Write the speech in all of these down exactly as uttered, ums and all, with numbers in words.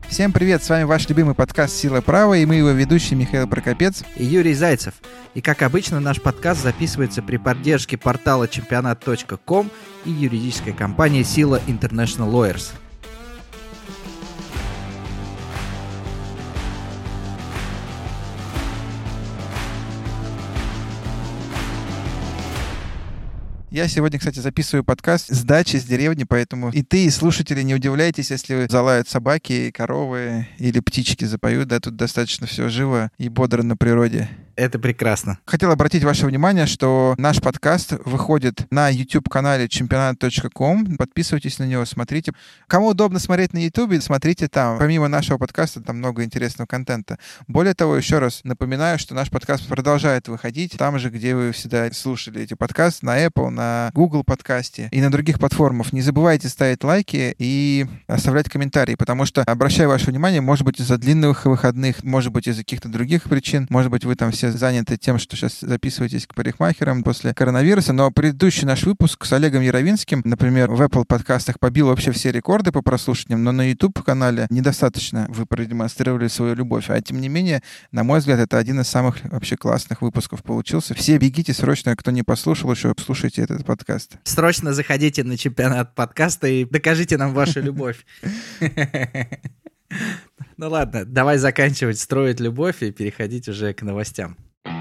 Всем привет, с вами ваш любимый подкаст «Сила права», и мы его ведущие Михаил Прокопец и Юрий Зайцев. И как обычно, наш подкаст записывается при поддержке портала чемпионат точка ком и юридической компании «Сила International Lawyers». Я сегодня, кстати, записываю подкаст с дачи, с деревни, поэтому и ты, и слушатели, не удивляйтесь, если залают собаки, коровы или птички запоют, да, тут достаточно все живо и бодро на природе. Это прекрасно. Хотел обратить ваше внимание, что наш подкаст выходит на YouTube-канале чемпионат точка ком. Подписывайтесь на него, смотрите. Кому удобно смотреть на YouTube, смотрите там. Помимо нашего подкаста, там много интересного контента. Более того, еще раз напоминаю, что наш подкаст продолжает выходить там же, где вы всегда слушали эти подкасты, на Apple, на Google подкасте и на других платформах. Не забывайте ставить лайки и оставлять комментарии, потому что, обращаю ваше внимание, может быть, из-за длинных выходных, может быть, из-за каких-то других причин, может быть, вы там все заняты тем, что сейчас записываетесь к парикмахерам после коронавируса, но предыдущий наш выпуск с Олегом Яровинским, например, в Apple подкастах побил вообще все рекорды по прослушиваниям, но на YouTube-канале недостаточно вы продемонстрировали свою любовь. А тем не менее, на мой взгляд, это один из самых вообще классных выпусков получился. Все бегите срочно, кто не послушал еще, слушайте этот подкаст. Срочно заходите на чемпионат подкаста и докажите нам вашу любовь. Ну ладно, давай заканчивать строить любовь и переходить уже к новостям.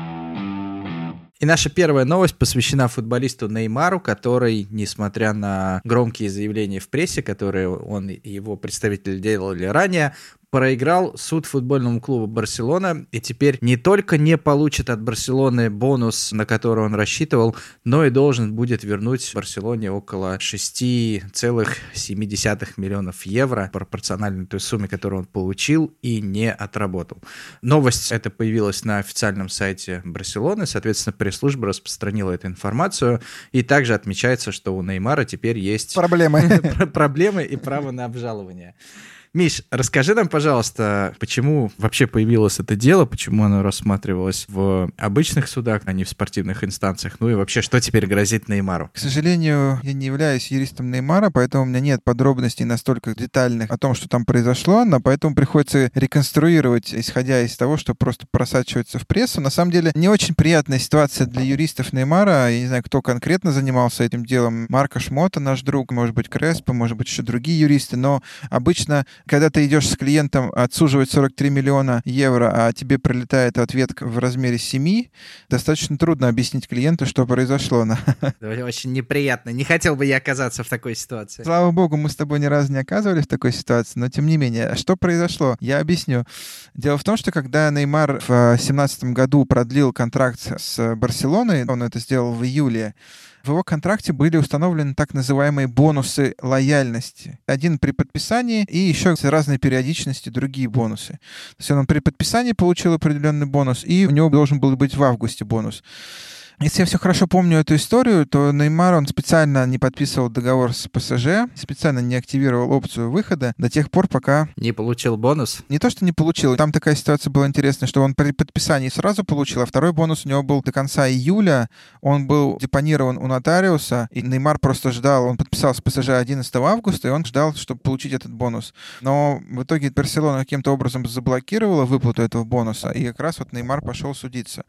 И наша первая новость посвящена футболисту Неймару, который, несмотря на громкие заявления в прессе, которые он и его представители делали ранее, проиграл суд футбольному клубу «Барселона» и теперь не только не получит от «Барселоны» бонус, на который он рассчитывал, но и должен будет вернуть «Барселоне» около шесть целых семь десятых миллионов евро, пропорционально той сумме, которую он получил и не отработал. Новость эта появилась на официальном сайте «Барселоны», соответственно, пресс-служба распространила эту информацию, и также отмечается, что у Неймара теперь есть проблемы, проблемы и право на обжалование. Миш, расскажи нам, пожалуйста, почему вообще появилось это дело, почему оно рассматривалось в обычных судах, а не в спортивных инстанциях, ну и вообще, что теперь грозит Неймару? К сожалению, я не являюсь юристом Неймара, поэтому у меня нет подробностей настолько детальных о том, что там произошло, но поэтому приходится реконструировать, исходя из того, что просто просачивается в прессу. На самом деле, не очень приятная ситуация для юристов Неймара. Я не знаю, кто конкретно занимался этим делом. Марко Шмота, наш друг, может быть, Креспо, может быть, еще другие юристы, но обычно когда ты идешь с клиентом отсуживать сорок три миллиона евро, а тебе прилетает ответ в размере семи, достаточно трудно объяснить клиенту, что произошло. Очень неприятно. Не хотел бы я оказаться в такой ситуации. Слава богу, мы с тобой ни разу не оказывались в такой ситуации, но тем не менее. Что произошло? Я объясню. Дело в том, что когда Неймар в две тысячи семнадцатом году продлил контракт с Барселоной, он это сделал в июле, в его контракте были установлены так называемые бонусы лояльности. Один при подписании и еще с разной периодичностью другие бонусы. То есть он при подписании получил определенный бонус, и у него должен был быть в августе бонус. Если я все хорошо помню эту историю, то Неймар, он специально не подписывал договор с ПСЖ, специально не активировал опцию выхода до тех пор, пока... Не получил бонус? Не то, что не получил. Там такая ситуация была интересная, что он при подписании сразу получил, а второй бонус у него был до конца июля. Он был депонирован у нотариуса, и Неймар просто ждал. Он подписал с ПСЖ одиннадцатого августа, и он ждал, чтобы получить этот бонус. Но в итоге Барселона каким-то образом заблокировала выплату этого бонуса, и как раз вот Неймар пошел судиться.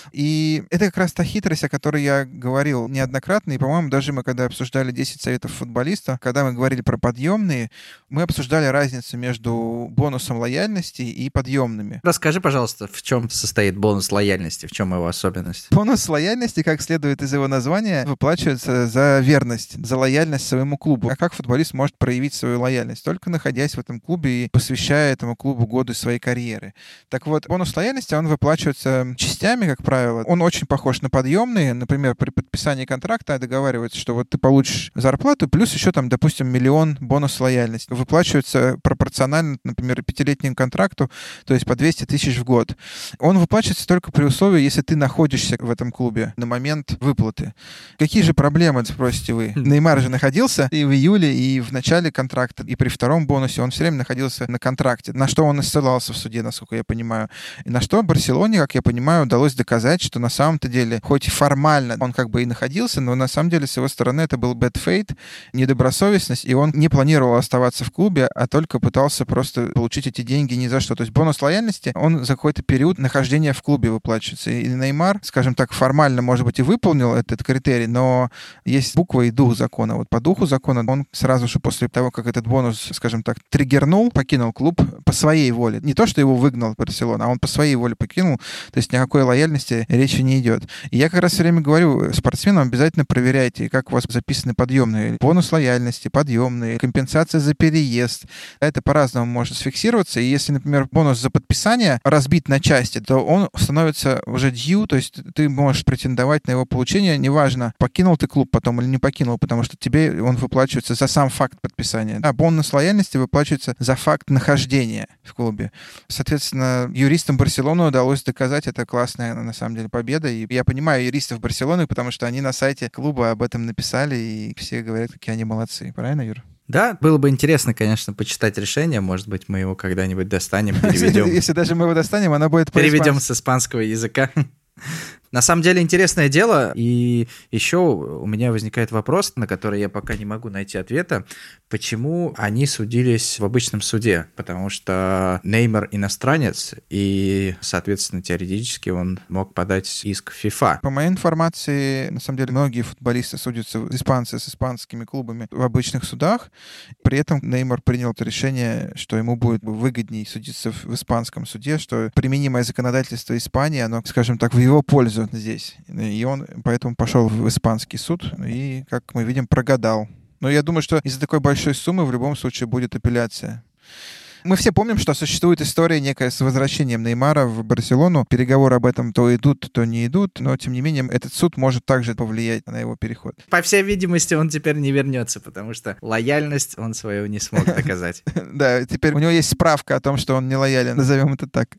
И это как раз та хитрость, о которой я говорил неоднократно, и, по-моему, даже мы, когда обсуждали десять советов футболиста, когда мы говорили про подъемные, мы обсуждали разницу между бонусом лояльности и подъемными. Расскажи, пожалуйста, в чем состоит бонус лояльности, в чем его особенность? Бонус лояльности, как следует из его названия, выплачивается за верность, за лояльность своему клубу. А как футболист может проявить свою лояльность? Только находясь в этом клубе и посвящая этому клубу годы своей карьеры. Так вот, бонус лояльности, он выплачивается частями, как правило. Он очень похож на подъем. Например, при подписании контракта договариваются, что вот ты получишь зарплату, плюс еще там, допустим, миллион бонус лояльности. Выплачивается пропорционально, например, пятилетнему контракту, то есть по двести тысяч в год. Он выплачивается только при условии, если ты находишься в этом клубе на момент выплаты. Какие же проблемы, спросите вы? Неймар же находился и в июле, и в начале контракта, и при втором бонусе он все время находился на контракте, на что он и ссылался в суде, насколько я понимаю. И на что Барселоне, как я понимаю, удалось доказать, что на самом-то деле, хоть хоть формально он как бы и находился, но на самом деле с его стороны это был bad faith, недобросовестность, и он не планировал оставаться в клубе, а только пытался просто получить эти деньги ни за что. То есть бонус лояльности, он за какой-то период нахождения в клубе выплачивается. И Неймар, скажем так, формально, может быть, и выполнил этот критерий, но есть буква и дух закона. Вот по духу закона он сразу же после того, как этот бонус, скажем так, триггернул, покинул клуб по своей воле. Не то, что его выгнал Барселона, а он по своей воле покинул. То есть никакой лояльности речи не идет. И я как раз все время говорю спортсменам, обязательно проверяйте, как у вас записаны подъемные. Бонус лояльности, подъемные, компенсация за переезд. Это по-разному может сфиксироваться. И если, например, бонус за подписание разбит на части, то он становится уже due, то есть ты можешь претендовать на его получение, неважно, покинул ты клуб потом или не покинул, потому что тебе он выплачивается за сам факт подписания. А бонус лояльности выплачивается за факт нахождения в клубе. Соответственно, юристам Барселоны удалось доказать, это классная, на самом деле, победа. И я понимаю юристов Барселоны, потому что они на сайте клуба об этом написали, и все говорят, какие они молодцы. Правильно, Юр? Да, было бы интересно, конечно, почитать решение. Может быть, мы его когда-нибудь достанем, переведем. Если даже мы его достанем, оно будет по-испански. Переведем с испанского языка. На самом деле интересное дело, и еще у меня возникает вопрос, на который я пока не могу найти ответа, почему они судились в обычном суде, потому что Неймар иностранец, и, соответственно, теоретически он мог подать иск в FIFA. По моей информации, на самом деле, многие футболисты судятся, испанцы с испанскими клубами в обычных судах, при этом Неймар принял это решение, что ему будет выгоднее судиться в испанском суде, что применимое законодательство Испании, оно, скажем так, в его пользу здесь. И он поэтому пошел в испанский суд и, как мы видим, прогадал. Но я думаю, что из-за такой большой суммы в любом случае будет апелляция. Мы все помним, что существует история некая с возвращением Неймара в Барселону. Переговоры об этом то идут, то не идут, но, тем не менее, этот суд может также повлиять на его переход. По всей видимости, он теперь не вернется, потому что лояльность он свою не смог доказать. Да, теперь у него есть справка о том, что он не лоялен, назовем это так.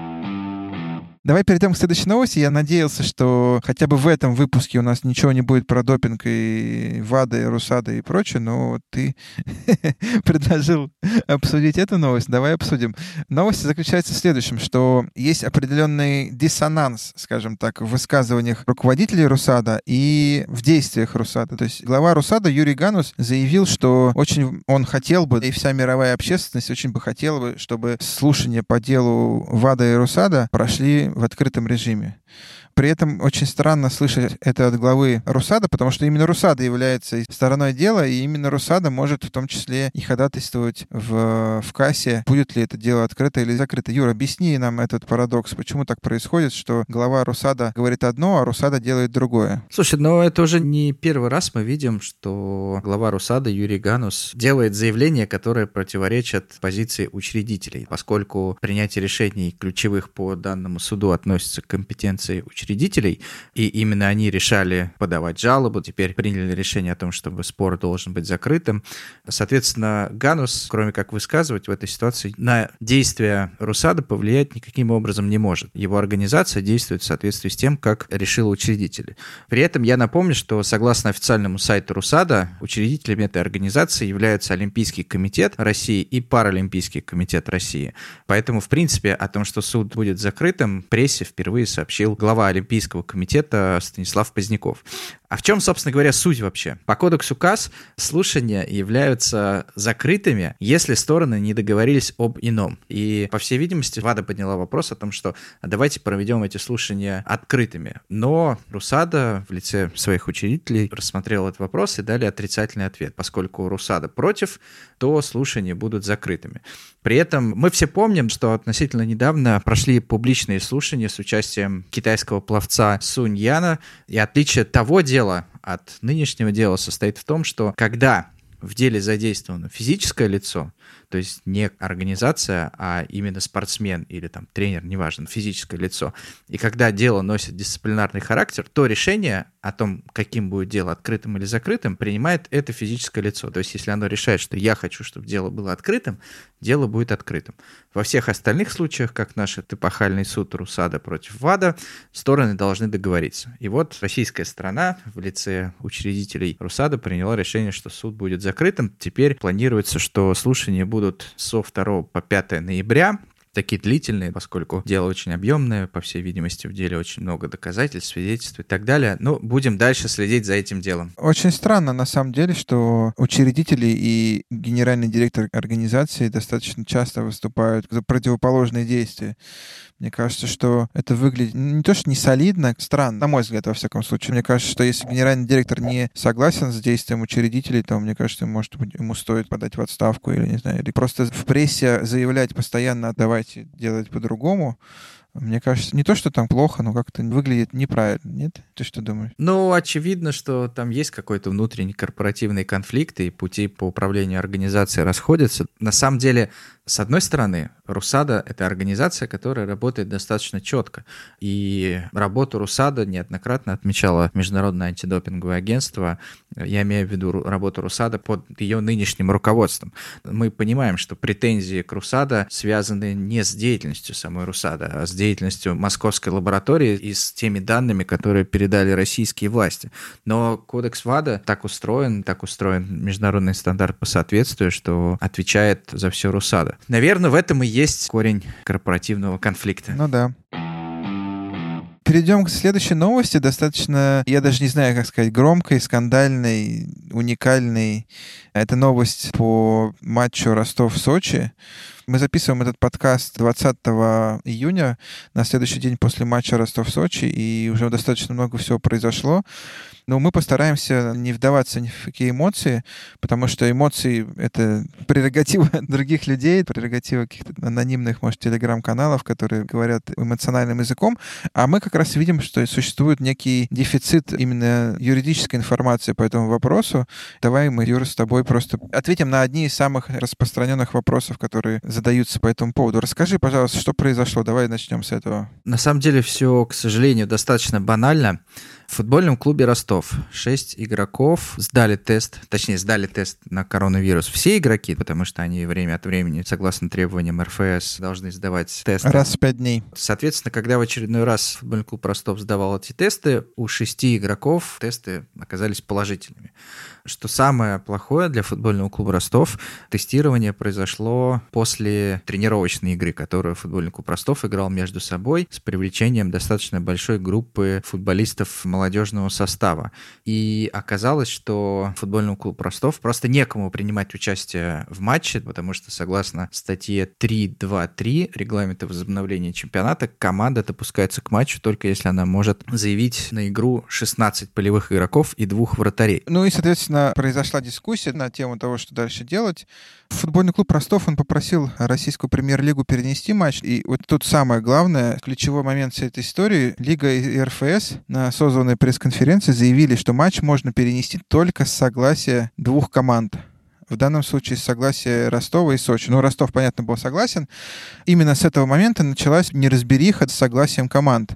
Давай перейдем к следующей новости. Я надеялся, что хотя бы в этом выпуске у нас ничего не будет про допинг и ВАДА, и РУСАДА и прочее, но вот ты предложил обсудить эту новость. Давай обсудим. Новость заключается в следующем, что есть определенный диссонанс, скажем так, в высказываниях руководителей РУСАДА и в действиях РУСАДА. То есть глава РУСАДА Юрий Ганус заявил, что очень он хотел бы, и вся мировая общественность очень бы хотела бы, чтобы слушания по делу ВАДА и РУСАДА прошли в открытом режиме. При этом очень странно слышать это от главы РУСАДА, потому что именно РУСАДА является стороной дела, и именно РУСАДА может в том числе и ходатайствовать в, в кассе, будет ли это дело открыто или закрыто. Юра, объясни нам этот парадокс, почему так происходит, что глава РУСАДА говорит одно, а РУСАДА делает другое. Слушай, ну это уже не первый раз мы видим, что глава РУСАДА Юрий Ганус делает заявления, которые противоречат позиции учредителей, поскольку принятие решений ключевых по данному суду относится к компетенции учредителей, учредителей, и именно они решали подавать жалобу, теперь приняли решение о том, чтобы спор должен быть закрытым. Соответственно, Ганус, кроме как высказывать в этой ситуации, на действия РУСАДА повлиять никаким образом не может. Его организация действует в соответствии с тем, как решил учредитель. При этом я напомню, что согласно официальному сайту РУСАДА, учредителями этой организации являются Олимпийский комитет России и Паралимпийский комитет России. Поэтому, в принципе, о том, что суд будет закрытым, прессе впервые сообщил глава Олимпийского комитета Станислав Поздняков. А в чем, собственно говоря, суть вообще? По кодексу КАС слушания являются закрытыми, если стороны не договорились об ином. И, по всей видимости, ВАДА подняла вопрос о том, что давайте проведем эти слушания открытыми. Но РУСАДА в лице своих учредителей рассмотрел этот вопрос и дали отрицательный ответ. Поскольку РУСАДА против, то слушания будут закрытыми. При этом мы все помним, что относительно недавно прошли публичные слушания с участием китайского пловца Сунь Яна, и отличие того дела от нынешнего дела состоит в том, что когда в деле задействовано физическое лицо, то есть не организация, а именно спортсмен или там тренер, неважно, физическое лицо, и когда дело носит дисциплинарный характер, то решение о том, каким будет дело, открытым или закрытым, принимает это физическое лицо. То есть если оно решает, что я хочу, чтобы дело было открытым, дело будет открытым. Во всех остальных случаях, как наш эпохальный суд РУСАДА против ВАДА, стороны должны договориться. И вот российская сторона в лице учредителей РУСАДА приняла решение, что суд будет закрытым. Теперь планируется, что слушания будут со второго по пятое ноября. такие длительные, поскольку дело очень объемное, по всей видимости, в деле очень много доказательств, свидетельств и так далее. Ну, будем дальше следить за этим делом. Очень странно, на самом деле, что учредители и генеральный директор организации достаточно часто выступают за противоположные действия. Мне кажется, что это выглядит не то, что не солидно, странно, на мой взгляд, во всяком случае. Мне кажется, что если генеральный директор не согласен с действием учредителей, то, мне кажется, может быть, ему стоит подать в отставку или, не знаю, или просто в прессе заявлять постоянно «давайте делать по-другому». Мне кажется, не то, что там плохо, но как-то выглядит неправильно, нет? Ты что думаешь? Ну, очевидно, что там есть какой-то внутренний корпоративный конфликт, и пути по управлению организацией расходятся. На самом деле, с одной стороны, РУСАДА — это организация, которая работает достаточно четко. И работу РУСАДА неоднократно отмечало Международное антидопинговое агентство. Я имею в виду работу РУСАДА под ее нынешним руководством. Мы понимаем, что претензии к РУСАДА связаны не с деятельностью самой РУСАДА, а с деятельностью московской лаборатории и с теми данными, которые передали российские власти. Но кодекс ВАДА так устроен, так устроен международный стандарт по соответствию, что отвечает за все РУСАДА. Наверное, в этом и есть корень корпоративного конфликта. Ну да. Перейдем к следующей новости, достаточно, я даже не знаю, как сказать, громкой, скандальной, уникальной. Это новость по матчу Ростов-Сочи. Мы записываем этот подкаст двадцатого июня, на следующий день после матча Ростов-Сочи, и уже достаточно много всего произошло. Но мы постараемся не вдаваться ни в какие эмоции, потому что эмоции — это прерогатива других людей, прерогатива каких-то анонимных, может, телеграм-каналов, которые говорят эмоциональным языком. А мы как раз видим, что существует некий дефицит именно юридической информации по этому вопросу. Давай мы, Юра, с тобой просто ответим на одни из самых распространенных вопросов, которые задаются по этому поводу. Расскажи, пожалуйста, что произошло. Давай начнем с этого. На самом деле все, к сожалению, достаточно банально. В футбольном клубе Ростов шесть игроков сдали тест, точнее, сдали тест на коронавирус. Все игроки, потому что они время от времени, согласно требованиям эр эф эс, должны сдавать тесты. Раз в пять дней. Соответственно, когда в очередной раз футбольный клуб Ростов сдавал эти тесты, у шести игроков тесты оказались положительными. Что самое плохое для футбольного клуба Ростов, тестирование произошло после тренировочной игры, которую футбольный клуб Ростов играл между собой с привлечением достаточно большой группы футболистов молодежного состава. И оказалось, что футбольному клубу Ростов просто некому принимать участие в матче, потому что, согласно статье три точка два точка три регламента возобновления чемпионата, команда допускается к матчу только если она может заявить на игру шестнадцать полевых игроков и двух вратарей. Ну и, соответственно, произошла дискуссия на тему того, что дальше делать. Футбольный клуб Ростов, он попросил российскую премьер-лигу перенести матч. И вот тут самое главное, ключевой момент всей этой истории. Лига и эр эф эс на созванной пресс-конференции заявили, что матч можно перенести только с согласия двух команд. В данном случае согласие Ростова и Сочи. Ну, Ростов, понятно, был согласен. Именно с этого момента началась неразбериха с согласием команд.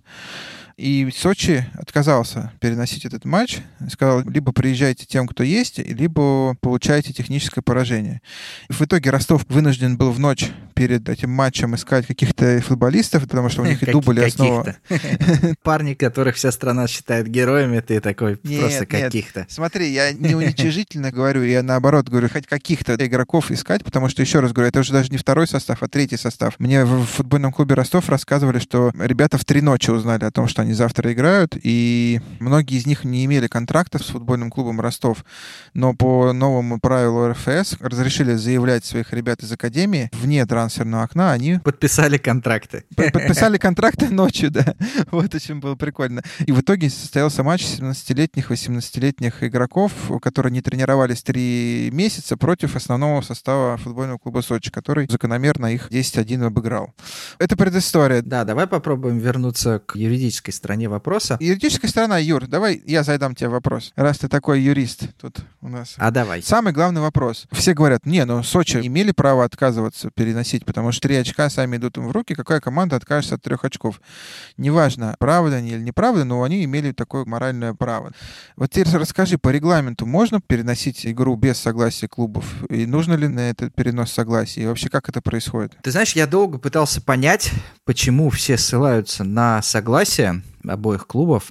И Сочи отказался переносить этот матч. Сказал, либо приезжайте тем, кто есть, либо получаете техническое поражение. В итоге Ростов вынужден был в ночь перед этим матчем искать каких-то футболистов, потому что у них и дубли основа... Парни, которых вся страна считает героями, ты такой просто каких-то. Смотри, я не уничижительно говорю, я наоборот говорю, хоть каких-то игроков искать, потому что, еще раз говорю, это уже даже не второй состав, а третий состав. Мне в футбольном клубе Ростов рассказывали, что ребята в три ночи узнали о том, что они завтра играют, и многие из них не имели контрактов с футбольным клубом Ростов, но по новому правилу эр эф эс разрешили заявлять своих ребят из академии вне трансферного окна, они... Подписали контракты. Подписали контракты ночью, да. Вот очень было прикольно. И в итоге состоялся матч семнадцатилетних, восемнадцатилетних игроков, которые не тренировались три месяца против основного состава футбольного клуба Сочи, который закономерно их десять один обыграл. Это предыстория. Да, давай попробуем вернуться к юридической стороне вопроса. Юридическая сторона, Юр, давай я задам тебе вопрос. Раз ты такой юрист тут у нас. А давай. Самый главный вопрос. Все говорят, не, ну Сочи имели право отказываться переносить, потому что три очка сами идут им в руки, какая команда откажется от трех очков. Неважно, правда они или неправда, но они имели такое моральное право. Вот теперь расскажи, по регламенту можно переносить игру без согласия клубов? И нужно ли на этот перенос согласия? И вообще, как это происходит? Ты знаешь, я долго пытался понять, почему все ссылаются на согласие обоих клубов.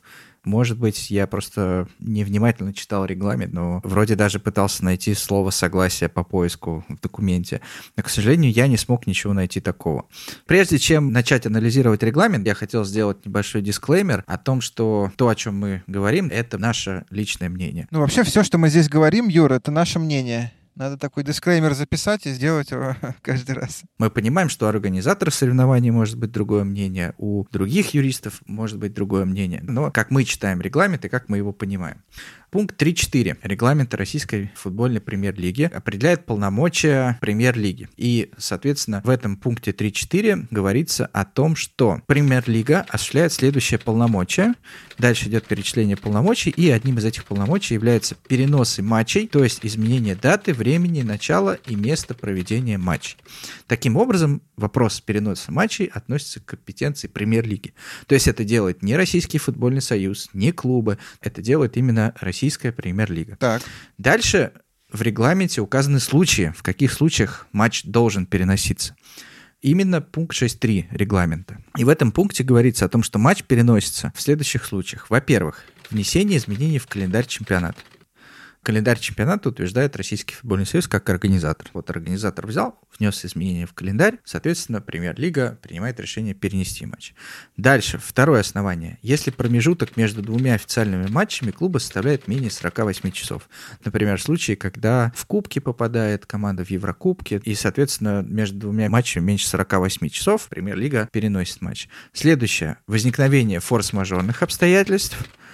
Может быть, я просто невнимательно читал регламент, но вроде даже пытался найти слово «согласие» по поиску в документе. Но, к сожалению, я не смог ничего найти такого. Прежде чем начать анализировать регламент, я хотел сделать небольшой дисклеймер о том, что то, о чем мы говорим, это наше личное мнение. Ну, вообще, все, что мы здесь говорим, Юра, это наше мнение. Надо такой дисклеймер записать и сделать его каждый раз. Мы понимаем, что у организатора соревнований может быть другое мнение, у других юристов может быть другое мнение. Но как мы читаем регламент и как мы его понимаем. Пункт три точка четыре регламента Российской футбольной премьер-лиги определяет полномочия премьер-лиги. И, соответственно, в этом пункте три точка четыре говорится о том, что премьер-лига осуществляет следующее полномочие. Дальше идет перечисление полномочий, и одним из этих полномочий является переносы матчей, то есть изменение даты, времени, начала и места проведения матчей. Таким образом, вопрос переноса матчей относится к компетенции премьер-лиги. То есть это делает не Российский футбольный союз, не клубы, это делает именно Российская премьер-лига. Так. Дальше в регламенте указаны случаи, в каких случаях матч должен переноситься. Именно пункт шесть точка три регламента. И в этом пункте говорится о том, что матч переносится в следующих случаях. Во-первых, внесение изменений в календарь чемпионата. Календарь чемпионата утверждает Российский футбольный союз как организатор. Вот организатор взял, внес изменения в календарь, соответственно, премьер-лига принимает решение перенести матч. Дальше, второе основание. Если промежуток между двумя официальными матчами клуба составляет менее сорок восемь часов. Например, в случае, когда в кубки попадает команда в Еврокубке, и, соответственно, между двумя матчами меньше сорок восемь часов, премьер-лига переносит матч. Следующее. Возникновение форс-мажорных обстоятельств.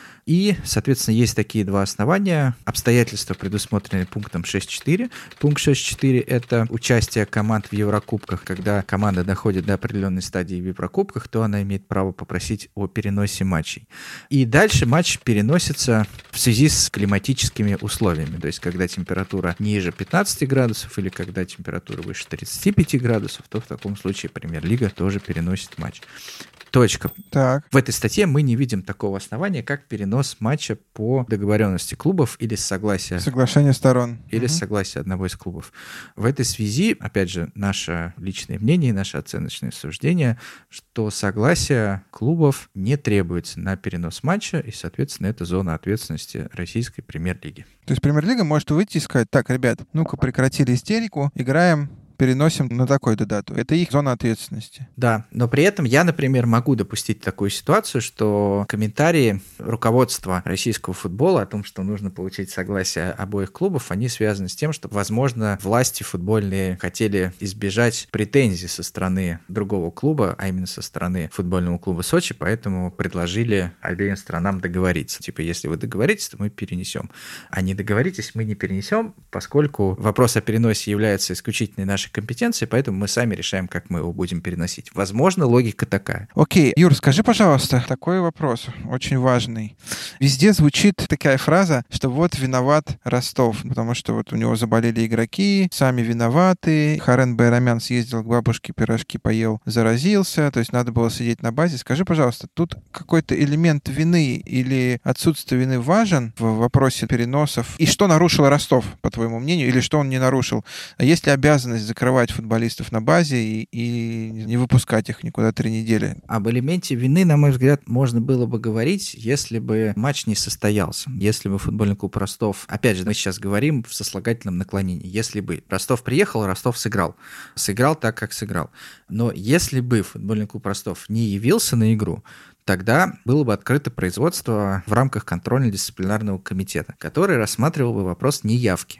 И, соответственно, есть такие два основания. Обстоятельства, предусмотренные пунктом шесть точка четыре. Пункт шесть точка четыре – это участие команд в Еврокубках. Когда команда доходит до определенной стадии в Еврокубках, то она имеет право попросить о переносе матчей. И дальше матч переносится в связи с климатическими условиями. То есть, когда температура ниже пятнадцати градусов или когда температура выше тридцати пяти градусов, то в таком случае премьер-лига тоже переносит матч. Точка. Так. В этой статье мы не видим такого основания, как перенос матча по договоренности клубов или с согласия... Соглашение сторон. Или угу. с согласия одного из клубов. В этой связи, опять же, наше личное мнение, наше оценочное суждение, что согласие клубов не требуется на перенос матча, и, соответственно, это зона ответственности Российской премьер-лиги. То есть премьер-лига может выйти и сказать: так, ребят, ну-ка прекратили истерику, играем... переносим на такую-то дату. Это их зона ответственности. Да, но при этом я, например, могу допустить такую ситуацию, что комментарии руководства российского футбола о том, что нужно получить согласие обоих клубов, они связаны с тем, что, возможно, власти футбольные хотели избежать претензий со стороны другого клуба, а именно со стороны футбольного клуба Сочи, поэтому предложили обеим сторонам договориться. Типа, если вы договоритесь, то мы перенесем. А не договоритесь, мы не перенесем, поскольку вопрос о переносе является исключительной нашей компетенции, поэтому мы сами решаем, как мы его будем переносить. Возможно, логика такая. Окей, Юр, скажи, пожалуйста, такой вопрос, очень важный. Везде звучит такая фраза, что вот виноват Ростов, потому что вот у него заболели игроки, сами виноваты, Харен Байрамян съездил к бабушке, пирожки поел, заразился, то есть надо было сидеть на базе. Скажи, пожалуйста, тут какой-то элемент вины или отсутствие вины важен в вопросе переносов? И что нарушил Ростов, по твоему мнению, или что он не нарушил? А есть ли обязанность закрывать футболистов на базе и, и не выпускать их никуда три недели? Об элементе вины, на мой взгляд, можно было бы говорить, если бы матч не состоялся. Если бы футбольный клуб Ростов... Опять же, мы сейчас говорим в сослагательном наклонении. Если бы Ростов приехал, Ростов сыграл. Сыграл так, как сыграл. Но если бы футбольный клуб Ростов не явился на игру, тогда было бы открыто производство в рамках контрольно-дисциплинарного комитета, который рассматривал бы вопрос неявки.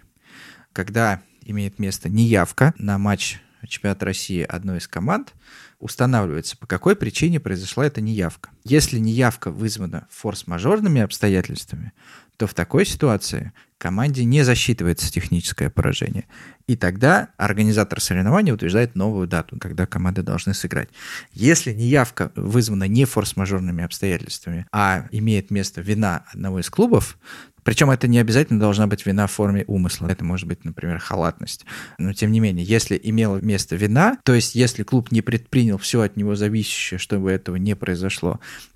Когда имеет место неявка на матч чемпионата России одной из команд, устанавливается, по какой причине произошла эта неявка. Если неявка вызвана форс-мажорными обстоятельствами, то в такой ситуации команде не засчитывается техническое поражение. И тогда организатор соревнований утверждает новую дату, когда команды должны сыграть. Если неявка вызвана не форс-мажорными обстоятельствами, а имеет место вина одного из клубов, причем это не обязательно должна быть вина в форме умысла. Это может быть, например, халатность. Но, тем не менее, если имела место вина, то есть если клуб не предпринял все от него зависящее, чтобы этого не произошло,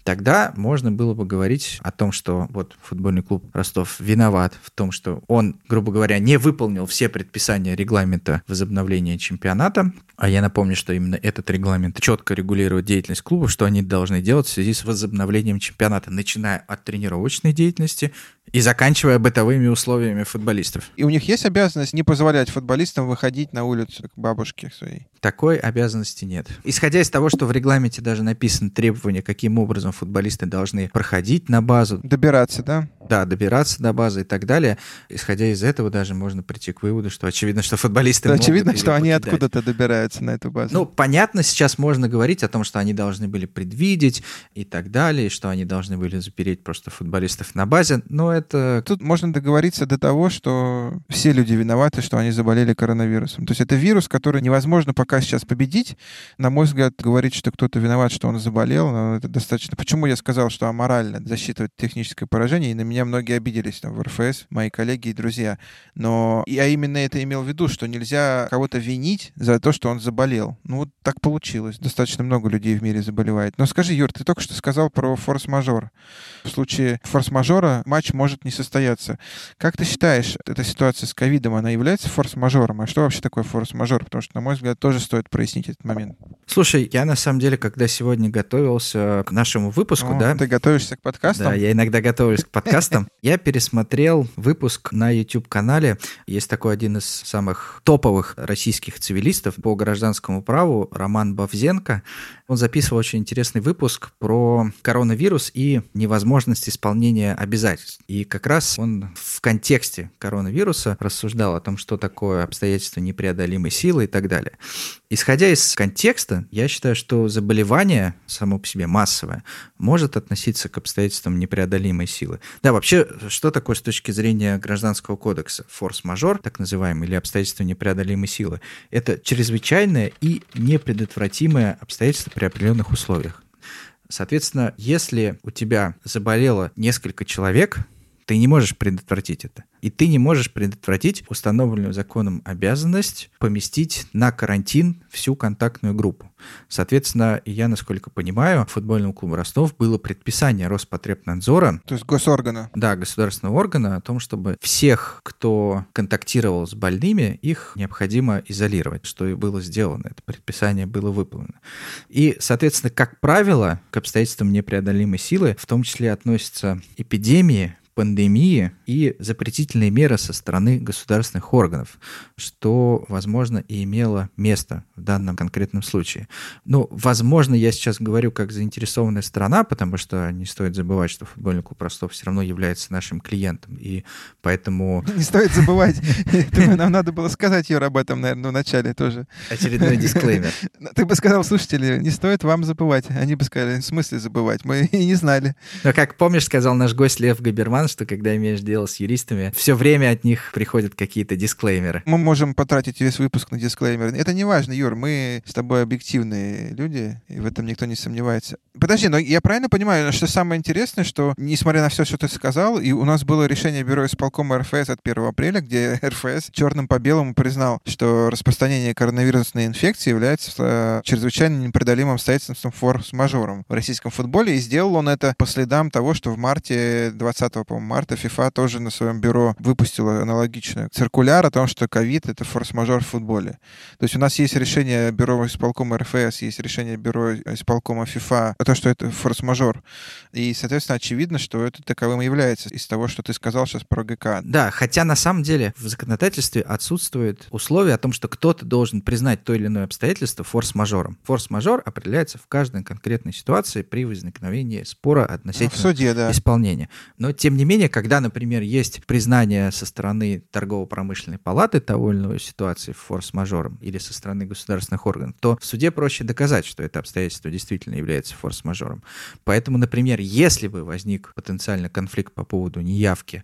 тогда можно было бы говорить о том, что вот футбольный клуб Ростов виноват в том, что он, грубо говоря, не выполнил все предписания регламента возобновления чемпионата. А я напомню, что именно этот регламент четко регулирует деятельность клуба, что они должны делать в связи с возобновлением чемпионата, начиная от тренировочной деятельности и заканчивая бытовыми условиями футболистов. И у них есть обязанность не позволять футболистам выходить на улицу к бабушке своей? Такой обязанности нет. Исходя из того, что в регламенте даже написано требование, каким образом футболисты должны проходить на базу. Добираться, да? Да, добираться до базы и так далее. Исходя из этого даже можно прийти к выводу, что очевидно, что футболисты да, могут очевидно, что они покидать. Откуда-то добираются на эту базу. Ну, понятно, сейчас можно говорить о том, что они должны были предвидеть и так далее, и что они должны были запереть просто футболистов на базе, но это... Тут можно договориться до того, что все люди виноваты, что они заболели коронавирусом. То есть это вирус, который невозможно пока сейчас победить. На мой взгляд, говорить, что кто-то виноват, что он заболел, ну, это достаточно... Почему я сказал, что аморально засчитывать техническое поражение, и на меня многие обиделись там в эр эф эс, мои коллеги и друзья. Но я именно это имел в виду, что нельзя кого-то винить за то, что он заболел. Ну вот так получилось. Достаточно много людей в мире заболевает. Но скажи, Юр, ты только что сказал про форс-мажор. В случае форс-мажора матч может не состояться. Как ты считаешь, эта ситуация с ковидом, она является форс-мажором? А что вообще такое форс-мажор? Потому что, на мой взгляд, тоже стоит прояснить этот момент. Слушай, я на самом деле, когда сегодня готовился к нашему выпуску, О, да... Ты готовишься к подкастам? Да, я иногда готовлюсь к подкастам. Я пересмотрел выпуск на YouTube-канале. Есть такой один из самых топовых российских цивилистов по гражданскому праву, Роман Бовзенко. Он записывал очень интересный выпуск про коронавирус и невозможность исполнения обязательств. И как раз он в контексте коронавируса рассуждал о том, что такое обстоятельства непреодолимой силы и так далее. Исходя из контекста, я считаю, что заболевание само по себе массовое может относиться к обстоятельствам непреодолимой силы. Да, вообще, что такое с точки зрения Гражданского кодекса? Форс-мажор, так называемый, или обстоятельства непреодолимой силы, это чрезвычайное и непредотвратимое обстоятельство при определенных условиях. Соответственно, если у тебя заболело несколько человек, ты не можешь предотвратить это. И ты не можешь предотвратить установленную законом обязанность поместить на карантин всю контактную группу. Соответственно, я, насколько понимаю, футбольному клубу Ростов было предписание Роспотребнадзора. То есть госоргана. Да, государственного органа о том, чтобы всех, кто контактировал с больными, их необходимо изолировать, что и было сделано. Это предписание было выполнено. И, соответственно, как правило, к обстоятельствам непреодолимой силы в том числе относятся эпидемии, пандемии и запретительные меры со стороны государственных органов, что, возможно, и имело место в данном конкретном случае. Ну, возможно, я сейчас говорю как заинтересованная сторона, потому что не стоит забывать, что футбольный клуб Ростов все равно является нашим клиентом, и поэтому... Не стоит забывать. Нам надо было сказать, Юр, об этом, наверное, в начале тоже. Очередной дисклеймер. Ты бы сказал, слушатели, не стоит вам забывать. Они бы сказали, в смысле забывать? Мы и не знали. Но, как помнишь, сказал наш гость Лев Габерман, что когда имеешь дело с юристами, все время от них приходят какие-то дисклеймеры. Мы можем потратить весь выпуск на дисклеймеры. Это не важно, Юр, мы с тобой объективные люди, и в этом никто не сомневается. Подожди, но я правильно понимаю, что самое интересное, что, несмотря на все, что ты сказал, и у нас было решение Бюро исполкома эр эф эс от первого апреля, где эр эф эс черным по белому признал, что распространение коронавирусной инфекции является чрезвычайно непреодолимым обстоятельством форс-мажором в российском футболе, и сделал он это по следам того, что в марте, двадцатого, по-моему, марта ФИФА тоже на своем бюро выпустила аналогичную циркуляр о том, что ковид — это форс-мажор в футболе. То есть у нас есть решение Бюро исполкома эр эф эс, есть решение Бюро исполкома ФИФА о том, что это форс-мажор. И, соответственно, очевидно, что это таковым является из того, что ты сказал сейчас про ГК. Да, хотя на самом деле в законодательстве отсутствует условие о том, что кто-то должен признать то или иное обстоятельство форс-мажором. Форс-мажор определяется в каждой конкретной ситуации при возникновении спора относительно ну, в суде, да. исполнения. Но, тем не менее, когда, например, есть признание со стороны торгово-промышленной палаты того или иной ситуации форс-мажором или со стороны государственных органов, то в суде проще доказать, что это обстоятельство действительно является форс-мажором. Поэтому, например, если бы возник потенциально конфликт по поводу неявки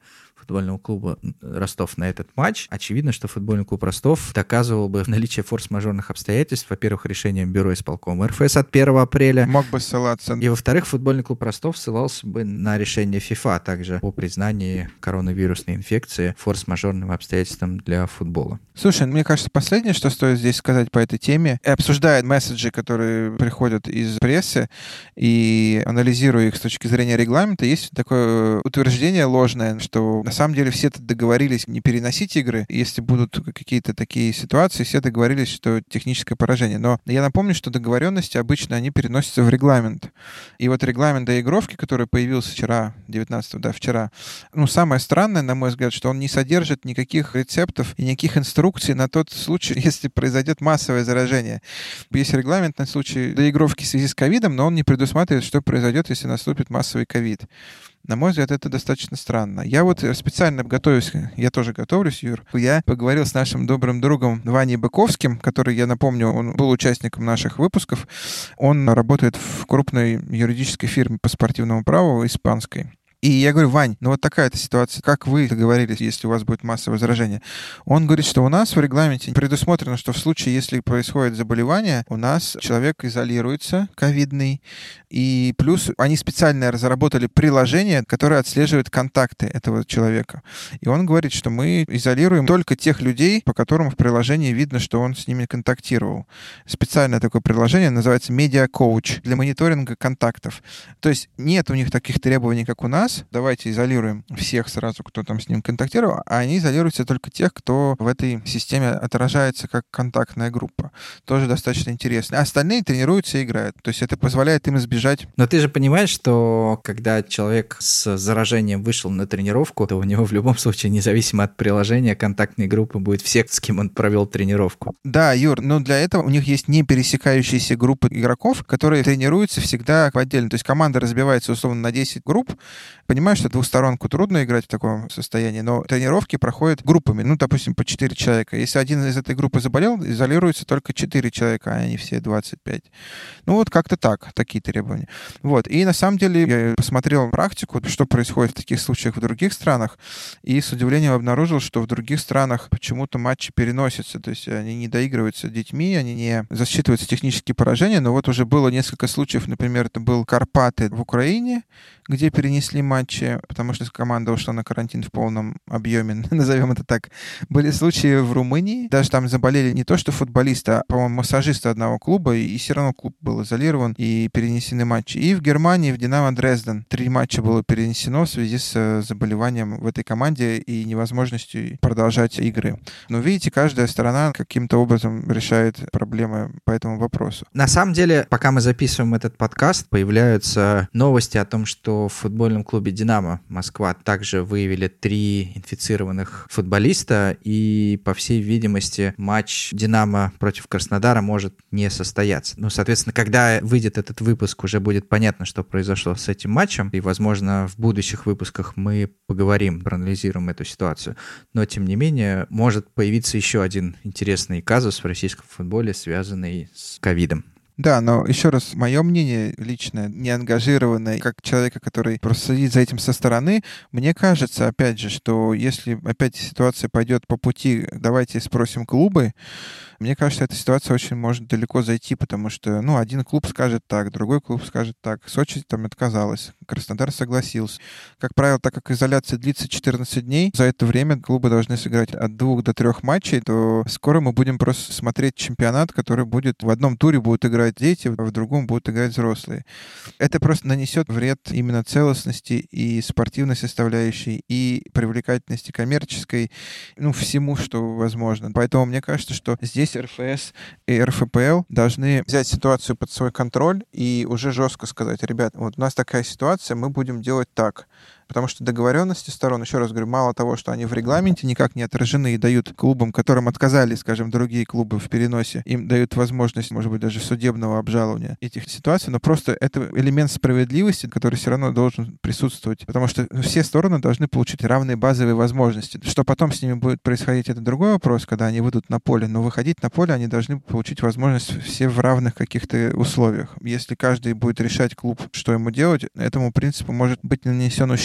футбольного клуба Ростов на этот матч, очевидно, что футбольный клуб Ростов доказывал бы наличие форс-мажорных обстоятельств, во-первых, решением бюро исполкома РФС от первого апреля. Мог бы ссылаться. И, во-вторых, футбольный клуб Ростов ссылался бы на решение ФИФА, а также о признании коронавирусной инфекции форс-мажорным обстоятельством для футбола. Слушай, мне кажется, последнее, что стоит здесь сказать по этой теме, обсуждая месседжи, которые приходят из прессы, и анализируя их с точки зрения регламента, есть такое утверждение ложное, что на самом деле все договорились не переносить игры. Если будут какие-то такие ситуации, все договорились, что техническое поражение. Но я напомню, что договоренности обычно они переносятся в регламент. И вот регламент доигровки, который появился вчера, девятнадцатого, да, вчера, ну, самое странное, на мой взгляд, что он не содержит никаких рецептов и никаких инструкций на тот случай, если произойдет массовое заражение. Есть регламент на случай доигровки в связи с ковидом, но он не предусматривает, что произойдет, если наступит массовый ковид. На мой взгляд, это достаточно странно. Я вот специально готовюсь, я тоже готовлюсь, Юр. Я поговорил с нашим добрым другом Ваней Быковским, который, я напомню, он был участником наших выпусков. Он работает в крупной юридической фирме по спортивному праву, испанской. И я говорю: Вань, ну вот такая-то ситуация, как вы договорились, если у вас будет массовое заражение? Он говорит, что у нас в регламенте предусмотрено, что в случае, если происходит заболевание, у нас человек изолируется, ковидный, и плюс они специально разработали приложение, которое отслеживает контакты этого человека. И он говорит, что мы изолируем только тех людей, по которым в приложении видно, что он с ними контактировал. Специальное такое приложение называется Media Coach для мониторинга контактов. То есть нет у них таких требований, как у нас. Давайте изолируем всех сразу, кто там с ним контактировал, а они изолируются только тех, кто в этой системе отражается как контактная группа. Тоже достаточно интересно. А остальные тренируются и играют. То есть это позволяет им избежать... Но ты же понимаешь, что когда человек с заражением вышел на тренировку, то у него в любом случае, независимо от приложения, контактной группы будет все, с кем он провел тренировку. Да, Юр, но для этого у них есть не пересекающиеся группы игроков, которые тренируются всегда отдельно. То есть команда разбивается условно на десять групп. Понимаю, что двухсторонку трудно играть в таком состоянии, но тренировки проходят группами, ну, допустим, по четыре человека. Если один из этой группы заболел, изолируется только четыре человека, а не все двадцать пять. Ну, вот как-то так, такие требования. Вот. И на самом деле я посмотрел практику, что происходит в таких случаях в других странах, и с удивлением обнаружил, что в других странах почему-то матчи переносятся, то есть они не доигрываются детьми, они не засчитываются технические поражения, но вот уже было несколько случаев, например, это был Карпаты в Украине, где перенесли матчи, потому что команда ушла на карантин в полном объеме, назовем это так. Были случаи в Румынии, даже там заболели не то что футболисты, а, по-моему, массажисты одного клуба, и все равно клуб был изолирован, и перенесены матчи. И в Германии, в Динамо Дрезден, три матча было перенесено в связи с заболеванием в этой команде и невозможностью продолжать игры. Но видите, каждая сторона каким-то образом решает проблемы по этому вопросу. На самом деле, пока мы записываем этот подкаст, появляются новости о том, что в футбольном клубе «Динамо» Москва также выявили три инфицированных футболиста, и, по всей видимости, матч «Динамо» против Краснодара может не состояться. Ну, соответственно, когда выйдет этот выпуск, уже будет понятно, что произошло с этим матчем, и, возможно, в будущих выпусках мы поговорим, проанализируем эту ситуацию. Но, тем не менее, может появиться еще один интересный казус в российском футболе, связанный с ковидом. Да, но еще раз, мое мнение личное, не ангажированное, как человека, который просто следит за этим со стороны, мне кажется, опять же, что если опять ситуация пойдет по пути, давайте спросим клубы, мне кажется, эта ситуация очень может далеко зайти, потому что, ну, один клуб скажет так, другой клуб скажет так. Сочи там отказалась, Краснодар согласился. Как правило, так как изоляция длится четырнадцать дней, за это время клубы должны сыграть от двух до трех матчей, то скоро мы будем просто смотреть чемпионат, который будет в одном туре будут играть дети, а в другом будут играть взрослые. Это просто нанесет вред именно целостности и спортивной составляющей, и привлекательности коммерческой, ну, всему, что возможно. Поэтому мне кажется, что здесь РФС и РФПЛ должны взять ситуацию под свой контроль и уже жестко сказать: ребят, вот у нас такая ситуация, мы будем делать так. Потому что договоренности сторон, еще раз говорю, мало того, что они в регламенте никак не отражены и дают клубам, которым отказали, скажем, другие клубы в переносе, им дают возможность, может быть, даже судебного обжалования этих ситуаций, но просто это элемент справедливости, который все равно должен присутствовать, потому что все стороны должны получить равные базовые возможности. Что потом с ними будет происходить, это другой вопрос, когда они выйдут на поле, но выходить на поле они должны получить возможность все в равных каких-то условиях. Если каждый будет решать клуб, что ему делать, этому принципу может быть нанесен ущерб,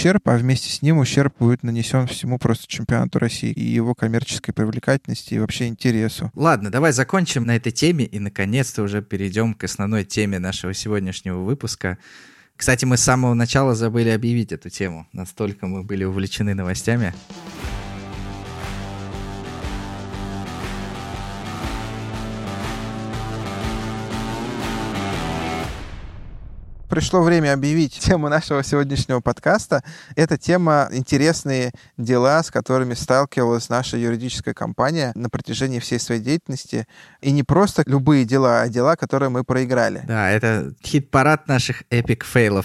ущерб, а вместе с ним ущерб будет нанесен всему просто чемпионату России и его коммерческой привлекательности и вообще интересу. Ладно, давай закончим на этой теме и наконец-то уже перейдем к основной теме нашего сегодняшнего выпуска. Кстати, мы с самого начала забыли объявить эту тему, настолько мы были увлечены новостями. Пришло время объявить тему нашего сегодняшнего подкаста. Это тема «Интересные дела, с которыми сталкивалась наша юридическая компания на протяжении всей своей деятельности». И не просто любые дела, а дела, которые мы проиграли. Да, это хит-парад наших эпик-фейлов.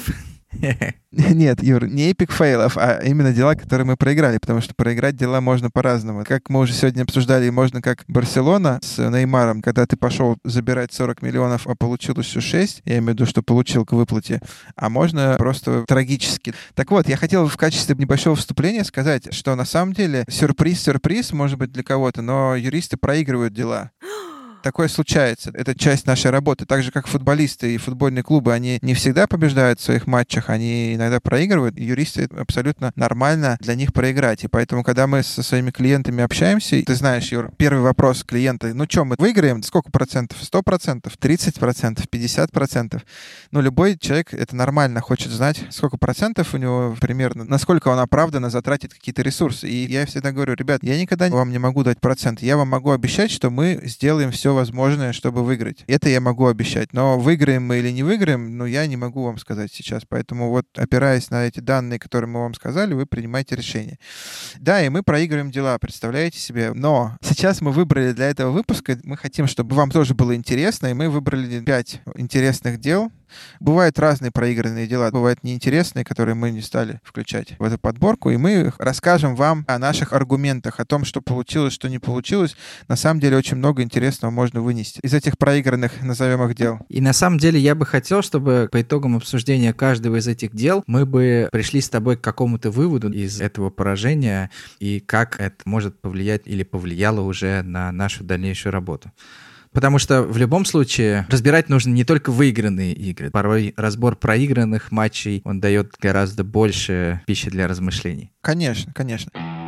Нет, Юр, не эпик фейлов, а именно дела, которые мы проиграли, потому что проиграть дела можно по-разному. Как мы уже сегодня обсуждали, можно как Барселона с Неймаром, когда ты пошел забирать сорок миллионов, а получилось всего шесть, я имею в виду, что получил к выплате, а можно просто трагически. Так вот, я хотел в качестве небольшого вступления сказать, что на самом деле сюрприз-сюрприз, может быть, для кого-то, но юристы проигрывают дела. Такое случается. Это часть нашей работы. Так же, как футболисты и футбольные клубы, они не всегда побеждают в своих матчах, они иногда проигрывают. Юристы — это абсолютно нормально для них проиграть. И поэтому, когда мы со своими клиентами общаемся, ты знаешь, Юр, первый вопрос клиента: ну что, мы выиграем? Сколько процентов? сто процентов? тридцать процентов? пятьдесят процентов? Ну, любой человек, это нормально, хочет знать, сколько процентов у него примерно, насколько он оправданно затратит какие-то ресурсы. И я всегда говорю: ребят, я никогда вам не могу дать процент. Я вам могу обещать, что мы сделаем все возможное, чтобы выиграть. Это я могу обещать. Но выиграем мы или не выиграем, ну, я не могу вам сказать сейчас. Поэтому вот, опираясь на эти данные, которые мы вам сказали, вы принимаете решение. Да, и мы проигрываем дела, представляете себе? Но сейчас мы выбрали для этого выпуска, мы хотим, чтобы вам тоже было интересно, и мы выбрали пять интересных дел. Бывают разные проигранные дела, бывают неинтересные, которые мы не стали включать в эту подборку, и мы расскажем вам о наших аргументах, о том, что получилось, что не получилось. На самом деле очень много интересного можно вынести из этих проигранных, назовем их, дел. И на самом деле я бы хотел, чтобы по итогам обсуждения каждого из этих дел мы бы пришли с тобой к какому-то выводу из этого поражения и как это может повлиять или повлияло уже на нашу дальнейшую работу. Потому что в любом случае разбирать нужно не только выигранные игры. Порой разбор проигранных матчей, он дает гораздо больше пищи для размышлений. Конечно, конечно.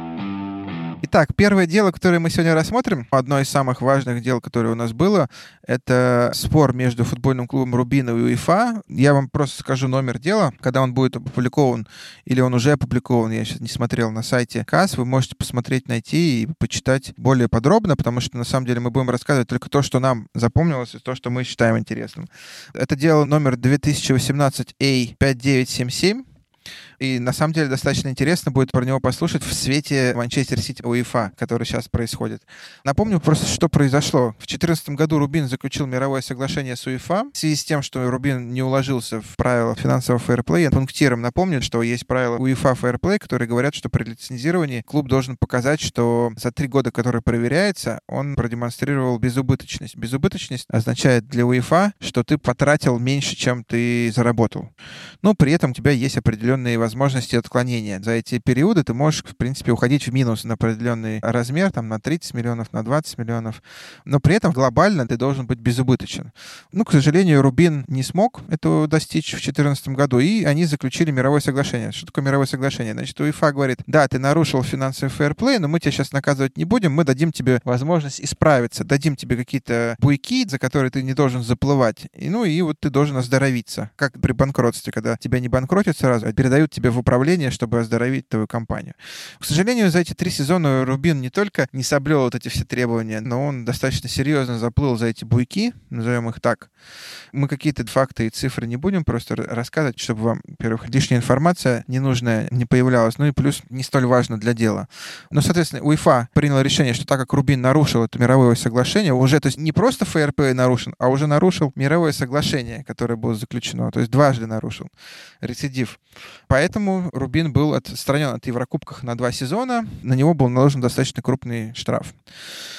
Итак, первое дело, которое мы сегодня рассмотрим, одно из самых важных дел, которое у нас было, это спор между футбольным клубом «Рубин» и УЕФА. Я вам просто скажу номер дела. Когда он будет опубликован, или он уже опубликован, я сейчас не смотрел, на сайте КАС, вы можете посмотреть, найти и почитать более подробно, потому что на самом деле мы будем рассказывать только то, что нам запомнилось, и то, что мы считаем интересным. Это дело номер две тысячи восемнадцать эй пять девять семь семь. И на самом деле достаточно интересно будет про него послушать в свете Манчестер Сити УЕФА, который сейчас происходит. Напомню просто, что произошло. В две тысячи четырнадцатом году Рубин заключил мировое соглашение с УЕФА. В связи с тем, что Рубин не уложился в правила финансового фэрплея, пунктиром напомню, что есть правила УЕФА фэрплей, которые говорят, что при лицензировании клуб должен показать, что за три года, которые проверяется, он продемонстрировал безубыточность. Безубыточность означает для УЕФА, что ты потратил меньше, чем ты заработал. Но при этом у тебя есть определенные возможности отклонения. За эти периоды ты можешь, в принципе, уходить в минус на определенный размер, там, на тридцать миллионов, на двадцать миллионов. Но при этом глобально ты должен быть безубыточен. Ну, к сожалению, Рубин не смог этого достичь в две тысячи четырнадцатом году, и они заключили мировое соглашение. Что такое мировое соглашение? Значит, УЕФА говорит: да, ты нарушил финансовый фэрплей, но мы тебя сейчас наказывать не будем, мы дадим тебе возможность исправиться, дадим тебе какие-то буйки, за которые ты не должен заплывать. И, ну, и вот ты должен оздоровиться. Как при банкротстве, когда тебя не банкротят сразу, а передают тебе в управление, чтобы оздоровить твою компанию. К сожалению, за эти три сезона Рубин не только не соблюл вот эти все требования, но он достаточно серьезно заплыл за эти буйки, назовем их так. Мы какие-то факты и цифры не будем просто рассказывать, чтобы вам, во-первых, лишняя информация ненужная не появлялась, ну и плюс не столь важно для дела. Но, соответственно, УЕФА принял решение, что так как Рубин нарушил это мировое соглашение, уже, то есть не просто фэрплей нарушен, а уже нарушил мировое соглашение, которое было заключено, то есть дважды нарушил. Рецидив. Поэтому Рубин был отстранен от Еврокубков на два сезона. На него был наложен достаточно крупный штраф.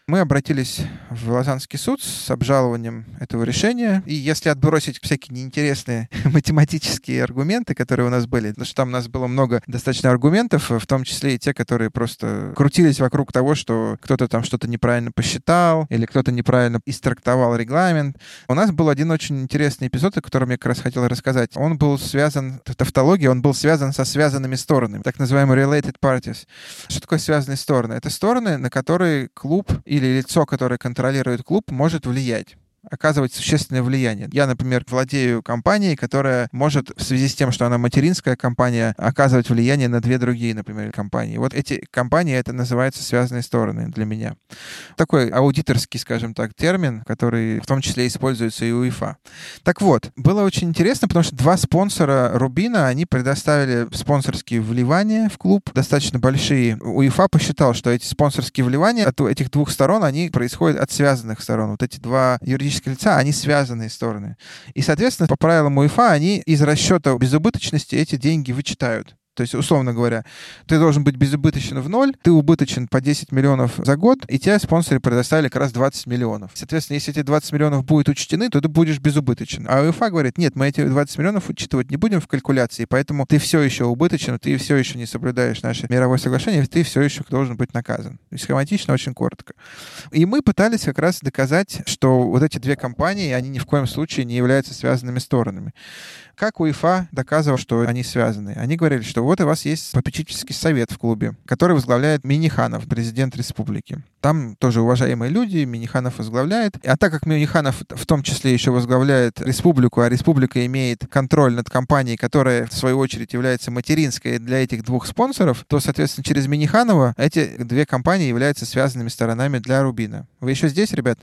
Мы обратились в Лозаннский суд с обжалованием этого решения. И если отбросить всякие неинтересные математические аргументы, которые у нас были, потому что там у нас было много достаточно аргументов, в том числе и те, которые просто крутились вокруг того, что кто-то там что-то неправильно посчитал или кто-то неправильно истрактовал регламент. У нас был один очень интересный эпизод, о котором я как раз хотел рассказать. Он был связан, тавтология, он был связан со связанными сторонами, так называемые related parties. Что такое связанные стороны? Это стороны, на которые клуб или лицо, которое контролирует клуб, может влиять, оказывать существенное влияние. Я, например, владею компанией, которая может в связи с тем, что она материнская компания, оказывать влияние на две другие, например, компании. Вот эти компании, это называется связанные стороны для меня. Такой аудиторский, скажем так, термин, который в том числе используется и у УЕФА. Так вот, было очень интересно, потому что два спонсора Рубина, они предоставили спонсорские вливания в клуб, достаточно большие. УЕФА посчитал, что эти спонсорские вливания от этих двух сторон, они происходят от связанных сторон. Вот эти два юридических лица, они связанные стороны. И, соответственно, по правилам УЕФА, они из расчета безубыточности эти деньги вычитают. То есть, условно говоря, ты должен быть безубыточен в ноль, ты убыточен по десять миллионов за год, и тебе спонсоры предоставили как раз двадцать миллионов. Соответственно, если эти двадцать миллионов будут учтены, то ты будешь безубыточен. А УЕФА говорит, нет, мы эти двадцать миллионов учитывать не будем в калькуляции, поэтому ты все еще убыточен, ты все еще не соблюдаешь наше мировое соглашение, ты все еще должен быть наказан. Схематично, очень коротко. И мы пытались как раз доказать, что вот эти две компании, они ни в коем случае не являются связанными сторонами. Как УЕФА доказывал, что они связаны? Они говорили, что вот у вас есть попечительский совет в клубе, который возглавляет Минниханов, президент республики. Там тоже уважаемые люди, Минниханов возглавляет. А так как Минниханов в том числе еще возглавляет республику, а республика имеет контроль над компанией, которая в свою очередь является материнской для этих двух спонсоров, то, соответственно, через Минниханова эти две компании являются связанными сторонами для Рубина. Вы еще здесь, ребят?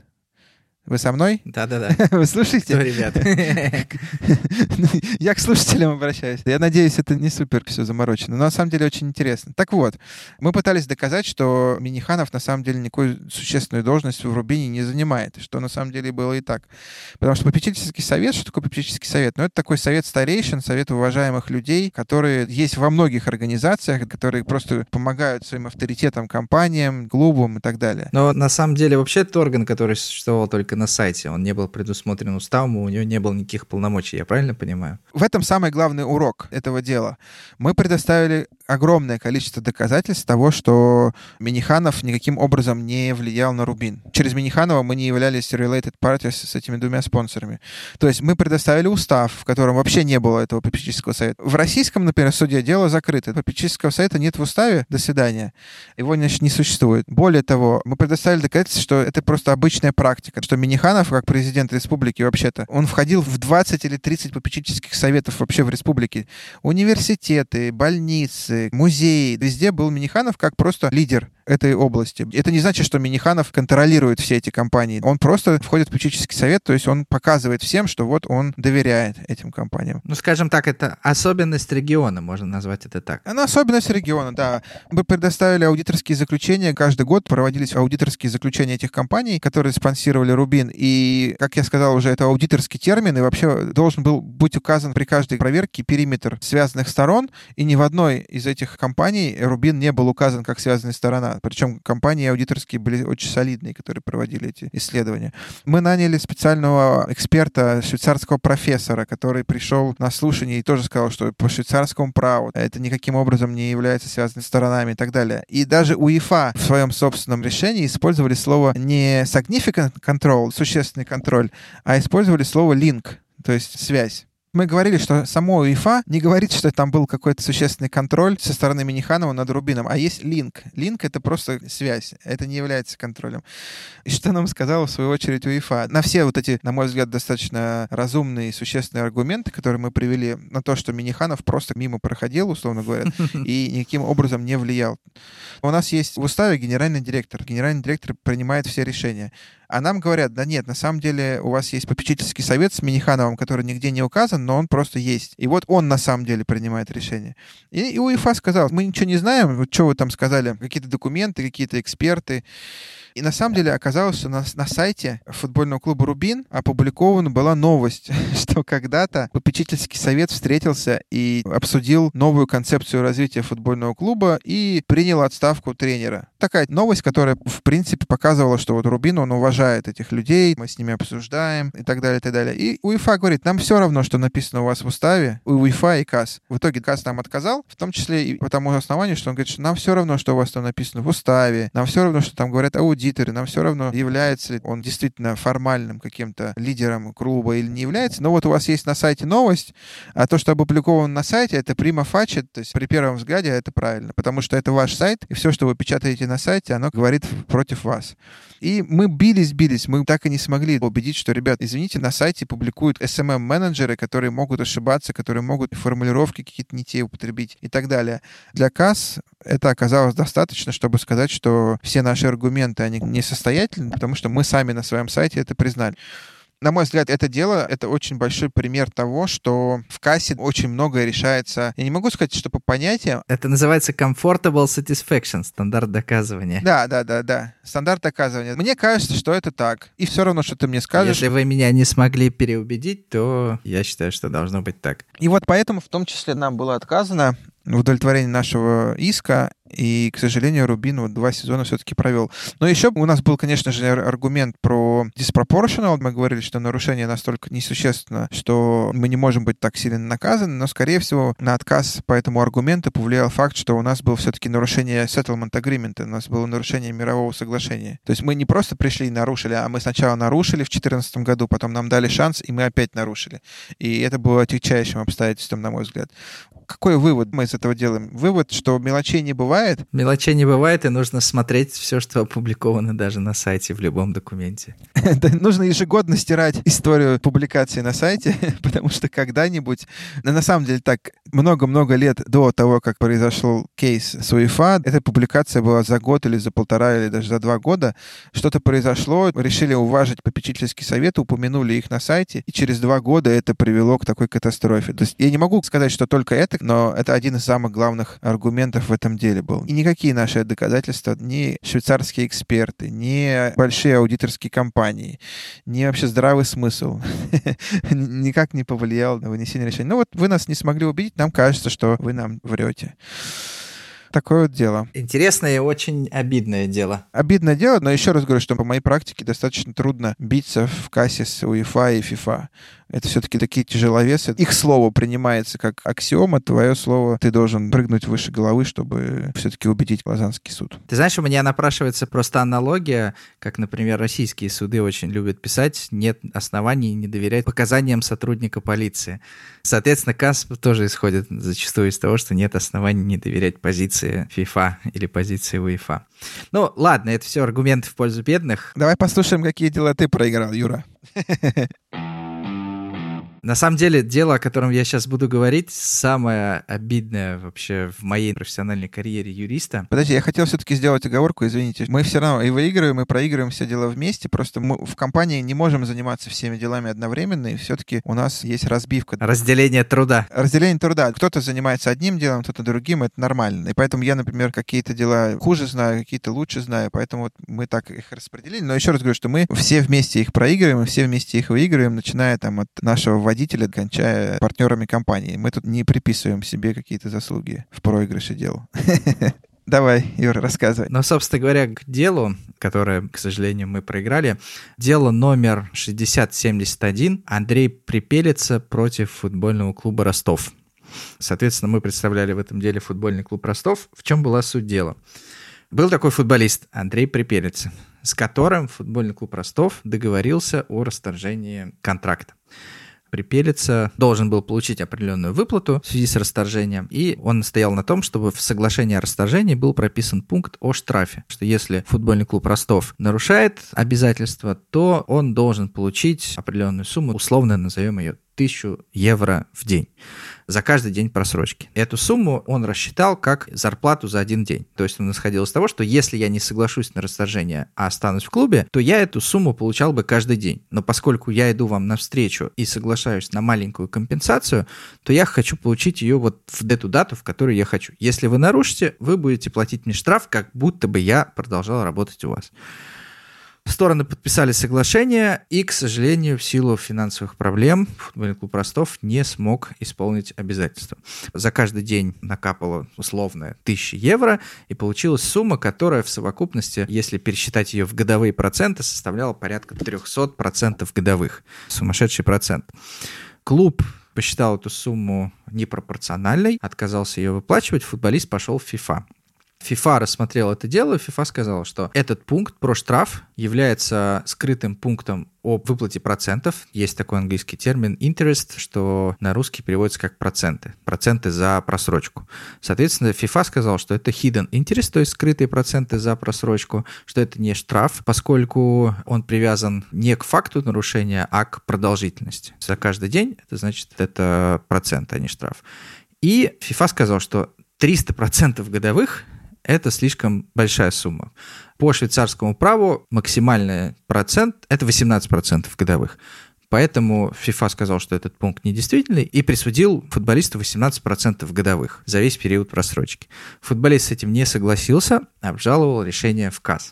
Вы со мной? Да-да-да. Вы слушаете? Что, ребят? Я к слушателям обращаюсь. Я надеюсь, это не супер все заморочено, но на самом деле очень интересно. Так вот, мы пытались доказать, что Минниханов на самом деле никакой существенную должность в Рубине не занимает, что на самом деле было и так. Потому что попечительский совет, что такое попечительский совет? Ну, это такой совет старейшин, совет уважаемых людей, которые есть во многих организациях, которые просто помогают своим авторитетам, компаниям, клубам и так далее. Но на самом деле вообще это орган, который существовал только на сайте, он не был предусмотрен уставом, у него не было никаких полномочий, я правильно понимаю? В этом самый главный урок этого дела. Мы предоставили огромное количество доказательств того, что Минниханов никаким образом не влиял на Рубин. Через Минниханова мы не являлись related parties с этими двумя спонсорами. То есть мы предоставили устав, в котором вообще не было этого попечительского совета. В российском, например, суде дело закрыто. Попечительского совета нет в уставе, до свидания. Его, значит, не существует. Более того, мы предоставили доказательства, что это просто обычная практика, что Минниханов, как президент республики, вообще-то, он входил в двадцать или тридцать попечительских советов вообще в республике. Университеты, больницы, музеи. Везде был Минниханов как просто лидер этой области. Это не значит, что Минниханов контролирует все эти компании. Он просто входит в попечительский совет, то есть он показывает всем, что вот он доверяет этим компаниям. Ну, скажем так, это особенность региона, можно назвать это так. Она особенность региона, да. Мы предоставили аудиторские заключения. Каждый год проводились аудиторские заключения этих компаний, которые спонсировали Рубин. И, как я сказал уже, это аудиторский термин, и вообще должен был быть указан при каждой проверке периметр связанных сторон, и ни в одной из этих компаний Рубин не был указан как связанная сторона. Причем компании аудиторские были очень солидные, которые проводили эти исследования. Мы наняли специального эксперта, швейцарского профессора, который пришел на слушание и тоже сказал, что по швейцарскому праву это никаким образом не является связанными сторонами и так далее. И даже УЕФА в своем собственном решении использовали слово не significant control, существенный контроль, а использовали слово link, то есть связь. Мы говорили, что само УЕФА не говорит, что там был какой-то существенный контроль со стороны Минниханова над Рубином, а есть линк. Линк — это просто связь, это не является контролем. И что нам сказала, в свою очередь, УЕФА? На все вот эти, на мой взгляд, достаточно разумные и существенные аргументы, которые мы привели, на то, что Минниханов просто мимо проходил, условно говоря, и никаким образом не влиял. У нас есть в уставе генеральный директор. Генеральный директор принимает все решения. А нам говорят, да нет, на самом деле у вас есть попечительский совет с Миннихановым, который нигде не указан, но он просто есть. И вот он на самом деле принимает решение. И, и УЕФА сказал, мы ничего не знаем, вот что вы там сказали, какие-то документы, какие-то эксперты. И на самом деле оказалось, что на, на сайте футбольного клуба «Рубин» опубликована была новость, что когда-то попечительский совет встретился и обсудил новую концепцию развития футбольного клуба и принял отставку тренера. Такая новость, которая, в принципе, показывала, что вот «Рубин», он уважает этих людей, мы с ними обсуждаем и так далее, и так далее. И УЕФА говорит, нам все равно, что написано у вас в уставе, у УЕФА и КАС. В итоге КАС нам отказал, в том числе и по тому основанию, что он говорит, что нам все равно, что у вас там написано в уставе, нам все равно, что там говорят аудиторы, нам все равно, является ли он действительно формальным каким-то лидером клуба или не является. Но вот у вас есть на сайте новость, а то, что опубликовано на сайте, это prima facie, то есть при первом взгляде это правильно, потому что это ваш сайт, и все, что вы печатаете на сайте, оно говорит против вас. И мы бились-бились, мы так и не смогли убедить, что, ребят, извините, на сайте публикуют эс эм эм-менеджеры, которые могут ошибаться, которые могут формулировки какие-то не те употребить и так далее. Для КАС это оказалось достаточно, чтобы сказать, что все наши аргументы, они несостоятельны, потому что мы сами на своем сайте это признали. На мой взгляд, это дело — это очень большой пример того, что в КАСе очень многое решается. Я не могу сказать, что по понятиям. Это называется comfortable satisfaction, стандарт доказывания. Да, да, да, да. Стандарт доказывания. Мне кажется, что это так. И все равно, что ты мне скажешь. Если вы меня не смогли переубедить, то я считаю, что должно быть так. И вот поэтому в том числе нам было отказано в удовлетворении нашего иска, и, к сожалению, Рубин вот два сезона все-таки провел. Но еще у нас был, конечно же, аргумент про disproportional. Мы говорили, что нарушение настолько несущественно, что мы не можем быть так сильно наказаны, но, скорее всего, на отказ по этому аргументу повлиял факт, что у нас было все-таки нарушение settlement agreement, у нас было нарушение мирового соглашения. То есть мы не просто пришли и нарушили, а мы сначала нарушили в две тысячи четырнадцатом году, потом нам дали шанс, и мы опять нарушили. И это было отягчающим обстоятельством, на мой взгляд. Какой вывод мы из этого делаем? Вывод, что мелочей не бывает. Мелочей не бывает, и нужно смотреть все, что опубликовано даже на сайте в любом документе. Нужно ежегодно стирать историю публикации на сайте, потому что когда-нибудь, на самом деле так, много-много лет до того, как произошел кейс с УЕФА, эта публикация была за год или за полтора, или даже за два года. Что-то произошло, решили уважить попечительский совет, упомянули их на сайте, и через два года это привело к такой катастрофе. То есть я не могу сказать, что только это, но это один из самых главных аргументов в этом деле был. И никакие наши доказательства, ни швейцарские эксперты, ни большие аудиторские компании, ни вообще здравый смысл никак не повлиял на вынесение решения. Ну вот вы нас не смогли убедить, нам кажется, что вы нам врете. Такое вот дело. Интересное и очень обидное дело. Обидное дело, но еще раз говорю, что по моей практике достаточно трудно биться в КАСе с УЕФА и ФИФА. Это все-таки такие тяжеловесы. Их слово принимается как аксиома, твое слово ты должен прыгнуть выше головы, чтобы все-таки убедить Лозаннский суд. Ты знаешь, у меня напрашивается просто аналогия, как, например, российские суды очень любят писать, нет оснований не доверять показаниям сотрудника полиции. Соответственно, КАС тоже исходит зачастую из того, что нет оснований не доверять позиции ФИФА или позиции УЕФА. Ну, ладно, это все аргументы в пользу бедных. Давай послушаем, какие дела ты проиграл, Юра. На самом деле, дело, о котором я сейчас буду говорить, самое обидное вообще в моей профессиональной карьере юриста. Подожди, я хотел все-таки сделать оговорку, извините. Мы все равно и выигрываем, и проигрываем все дела вместе, просто мы в компании не можем заниматься всеми делами одновременно, и все-таки у нас есть разбивка. Разделение труда. Разделение труда. Кто-то занимается одним делом, кто-то другим, это нормально. И поэтому я, например, какие-то дела хуже знаю, какие-то лучше знаю, поэтому вот мы так их распределили. Но еще раз говорю, что мы все вместе их проигрываем, и все вместе их выигрываем, начиная там от нашего водителя, кончая партнерами компании. Мы тут не приписываем себе какие-то заслуги в проигрыше дел. Давай, Юра, рассказывай. Ну, собственно говоря, к делу, которое, к сожалению, мы проиграли, дело номер шестьдесят семьдесят один, Андрей Припелица против футбольного клуба «Ростов». Соответственно, мы представляли в этом деле футбольный клуб «Ростов». В чем была суть дела? Был такой футболист Андрей Припелица, с которым футбольный клуб «Ростов» договорился о расторжении контракта. Припелица должен был получить определенную выплату в связи с расторжением, и он настоял на том, чтобы в соглашении о расторжении был прописан пункт о штрафе, что если футбольный клуб «Ростов» нарушает обязательства, то он должен получить определенную сумму, условно назовем ее тысячу евро в день за каждый день просрочки. Эту сумму он рассчитал как зарплату за один день. То есть он исходил из того, что если я не соглашусь на расторжение, а останусь в клубе, то я эту сумму получал бы каждый день. Но поскольку я иду вам навстречу и соглашаюсь на маленькую компенсацию, то я хочу получить ее вот в эту дату, в которую я хочу. Если вы нарушите, вы будете платить мне штраф, как будто бы я продолжал работать у вас. Стороны подписали соглашение, и, к сожалению, в силу финансовых проблем футбольный клуб Ростов не смог исполнить обязательства. За каждый день накапало условно тысяча евро, и получилась сумма, которая в совокупности, если пересчитать ее в годовые проценты, составляла порядка триста процентов годовых. Сумасшедший процент. Клуб посчитал эту сумму непропорциональной, отказался ее выплачивать, футболист пошел в FIFA. FIFA рассмотрел это дело, и FIFA сказала, что этот пункт про штраф является скрытым пунктом о выплате процентов. Есть такой английский термин interest, что на русский переводится как проценты. Проценты за просрочку. Соответственно, FIFA сказала, что это hidden interest, то есть скрытые проценты за просрочку, что это не штраф, поскольку он привязан не к факту нарушения, а к продолжительности. За каждый день, это значит, это процент, а не штраф. И FIFA сказала, что триста процентов годовых это слишком большая сумма. По швейцарскому праву максимальный процент – это восемнадцать процентов годовых. Поэтому FIFA сказал, что этот пункт недействительный, и присудил футболисту восемнадцать процентов годовых за весь период просрочки. Футболист с этим не согласился, обжаловал решение в КАС.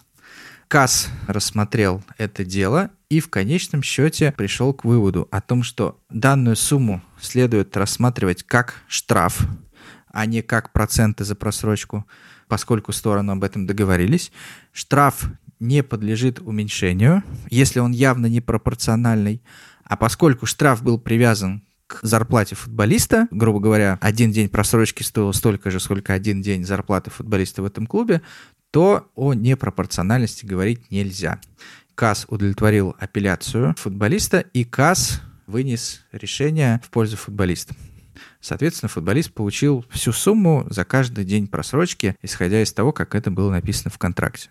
КАС рассмотрел это дело и в конечном счете пришел к выводу о том, что данную сумму следует рассматривать как штраф, а не как проценты за просрочку, поскольку стороны об этом договорились. Штраф не подлежит уменьшению, если он явно непропорциональный, а поскольку штраф был привязан к зарплате футболиста, грубо говоря, один день просрочки стоил столько же, сколько один день зарплаты футболиста в этом клубе, то о непропорциональности говорить нельзя. КАС удовлетворил апелляцию футболиста, и КАС вынес решение в пользу футболиста. Соответственно, футболист получил всю сумму за каждый день просрочки, исходя из того, как это было написано в контракте.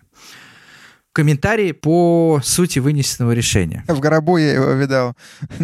Комментарии по сути вынесенного решения. В гробу я его видал.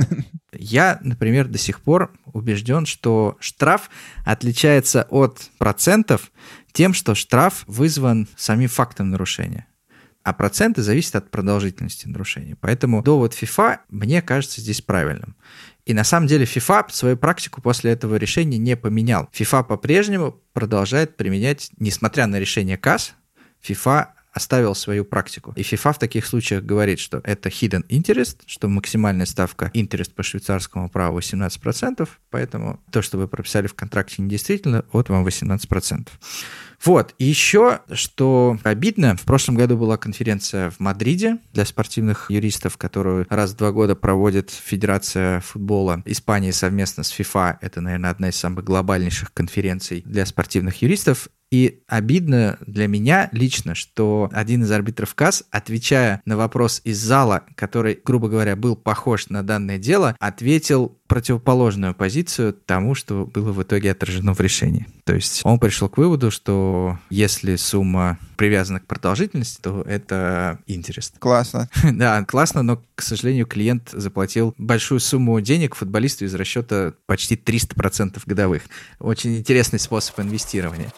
Я, например, до сих пор убежден, что штраф отличается от процентов тем, что штраф вызван самим фактом нарушения. А проценты зависят от продолжительности нарушения. Поэтому довод FIFA, мне кажется, здесь правильным. И на самом деле FIFA свою практику после этого решения не поменял. FIFA по-прежнему продолжает применять, несмотря на решение КАС, FIFA оставил свою практику. И FIFA в таких случаях говорит, что это hidden interest, что максимальная ставка interest по швейцарскому праву восемнадцать процентов, поэтому то, что вы прописали в контракте, недействительно, вот вам восемнадцать процентов. Вот, и еще, что обидно, в прошлом году была конференция в Мадриде для спортивных юристов, которую раз в два года проводит Федерация футбола Испании совместно с FIFA. Это, наверное, одна из самых глобальнейших конференций для спортивных юристов. И обидно для меня лично, что один из арбитров КАС, отвечая на вопрос из зала, который, грубо говоря, был похож на данное дело, ответил противоположную позицию тому, что было в итоге отражено в решении. То есть он пришел к выводу, что если сумма привязана к продолжительности, то это интерес. Классно. Да, классно, но, к сожалению, клиент заплатил большую сумму денег футболисту из расчета почти триста процентов годовых. Очень интересный способ инвестирования.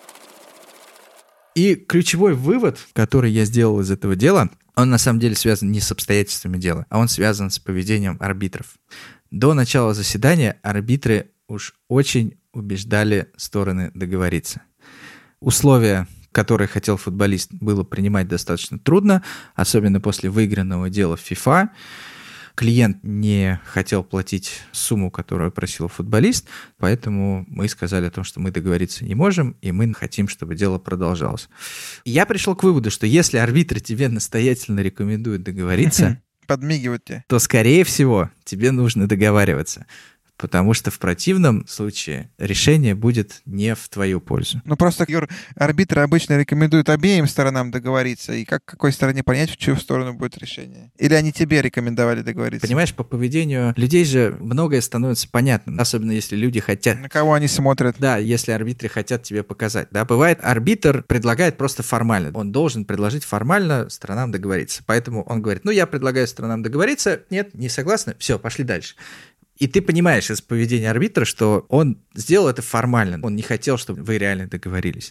И ключевой вывод, который я сделал из этого дела, он на самом деле связан не с обстоятельствами дела, а он связан с поведением арбитров. До начала заседания арбитры уж очень убеждали стороны договориться. Условия, которые хотел футболист, было принимать достаточно трудно, особенно после выигранного дела в FIFA. Клиент не хотел платить сумму, которую просил футболист, поэтому мы сказали о том, что мы договориться не можем, и мы хотим, чтобы дело продолжалось. Я пришел к выводу, что если арбитры тебе настоятельно рекомендуют договориться, подмигивают тебе, то, скорее всего, тебе нужно договариваться. Потому что в противном случае решение будет не в твою пользу. Ну, просто, Юр, арбитры обычно рекомендуют обеим сторонам договориться, и как какой стороне понять, в чью сторону будет решение? Или они тебе рекомендовали договориться? Понимаешь, по поведению людей же многое становится понятным, особенно если люди хотят... На кого они смотрят? Да, если арбитры хотят тебе показать. Да, бывает, арбитр предлагает просто формально. Он должен предложить формально сторонам договориться. Поэтому он говорит, ну, я предлагаю сторонам договориться, нет, не согласны, все, пошли дальше. И ты понимаешь из поведения арбитра, что он сделал это формально. Он не хотел, чтобы вы реально договорились.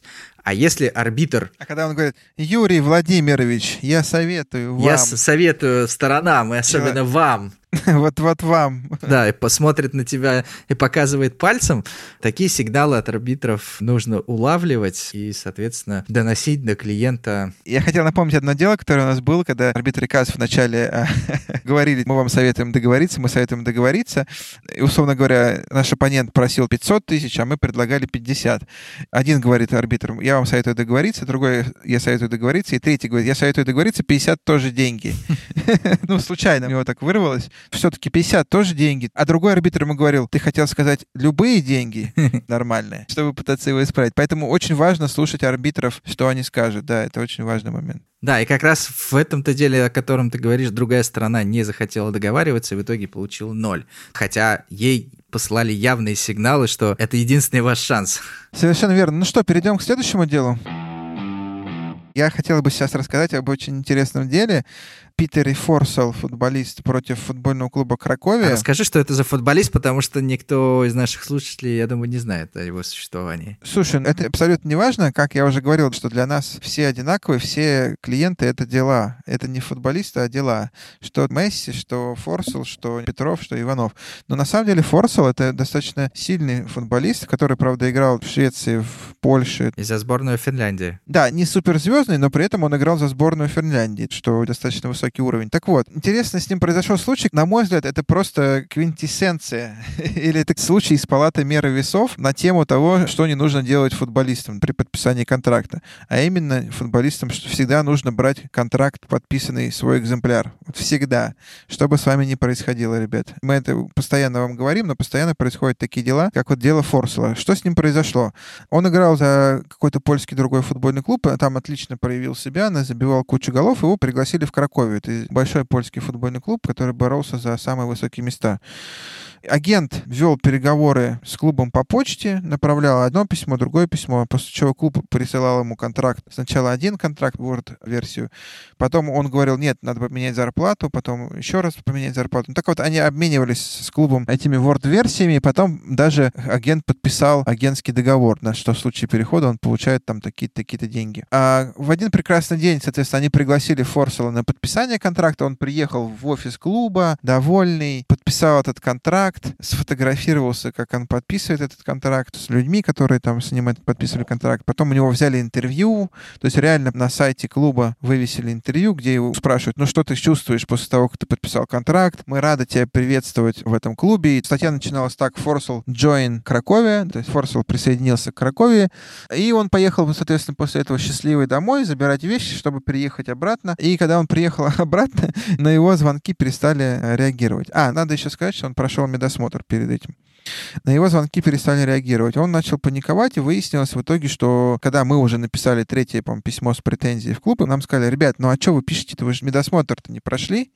А если арбитр... А когда он говорит: Юрий Владимирович, я советую вам... Я советую сторонам, и особенно Человек... вам... Вот-вот вам. Да, и посмотрит на тебя и показывает пальцем. Такие сигналы от арбитров нужно улавливать и, соответственно, доносить до клиента. Я хотел напомнить одно дело, которое у нас было, когда арбитры КАС вначале говорили: мы вам советуем договориться, мы советуем договориться. И, условно говоря, наш оппонент просил пятьсот тысяч, а мы предлагали пятьдесят. Один говорит арбитрам: я вам советую договориться, другой: я советую договориться, и третий говорит: я советую договориться, пятьдесят тоже деньги. Ну, случайно у него так вырвалось. Все-таки пятьдесят тоже деньги. А другой арбитр ему говорил: ты хотел сказать любые деньги нормальные, чтобы пытаться его исправить. Поэтому очень важно слушать арбитров, что они скажут. Да, это очень важный момент. Да, и как раз в этом-то деле, о котором ты говоришь, другая сторона не захотела договариваться и в итоге получила ноль. Хотя ей послали явные сигналы, что это единственный ваш шанс. Совершенно верно. Ну что, перейдем к следующему делу. Я хотел бы сейчас рассказать об очень интересном деле. Питер Форсел, футболист, против футбольного клуба Краковия. А расскажи, что это за футболист, потому что никто из наших слушателей, я думаю, не знает о его существовании. Слушай, это абсолютно не важно. Как я уже говорил, что для нас все одинаковые, все клиенты — это дела. Это не футболисты, а дела. Что Месси, что Форсел, что Петров, что Иванов. Но на самом деле Форсел — это достаточно сильный футболист, который, правда, играл в Швеции, в Польше. И за сборную Финляндии. Да, не суперзвездный, но при этом он играл за сборную Финляндии, что достаточно высокий уровень. Так вот, интересно, с ним произошел случай. На мой взгляд, это просто квинтэссенция или это случай из палаты меры весов на тему того, что не нужно делать футболистам при подписании контракта. А именно футболистам, что всегда нужно брать контракт, подписанный свой экземпляр. Вот всегда. Что бы с вами ни происходило, ребят. Мы это постоянно вам говорим, но постоянно происходят такие дела, как вот дело Форсела. Что с ним произошло? Он играл за какой-то польский другой футбольный клуб, там отлично проявил себя, забивал кучу голов, его пригласили в Краковию. Это большой польский футбольный клуб, который боролся за самые высокие места. Агент вел переговоры с клубом по почте, направлял одно письмо, другое письмо, после чего клуб присылал ему контракт. Сначала один контракт, Word-версию, потом он говорил: нет, надо поменять зарплату, потом еще раз поменять зарплату. Ну, так вот, они обменивались с клубом этими Word-версиями, и потом даже агент подписал агентский договор, на что в случае перехода он получает там такие-то, такие-то деньги. А в один прекрасный день, соответственно, они пригласили Форсела на подписание контракта, он приехал в офис клуба, довольный, подписал этот контракт, сфотографировался, как он подписывает этот контракт с людьми, которые там с ним подписывали контракт. Потом у него взяли интервью, то есть реально на сайте клуба вывесили интервью, где его спрашивают: ну что ты чувствуешь после того, как ты подписал контракт? Мы рады тебя приветствовать в этом клубе. И статья начиналась так: Форсел join Краковия, то есть Форсел присоединился к Краковии, и он поехал, соответственно, после этого счастливый домой забирать вещи, чтобы приехать обратно. И когда он приехал обратно, на его звонки перестали реагировать. А, надо еще сказать, что он прошел медосмотр перед этим. На его звонки перестали реагировать. Он начал паниковать, и выяснилось в итоге, что когда мы уже написали третье, по-моему, письмо с претензией в клуб, нам сказали: ребят, ну а что вы пишете-то, вы же медосмотр-то не прошли.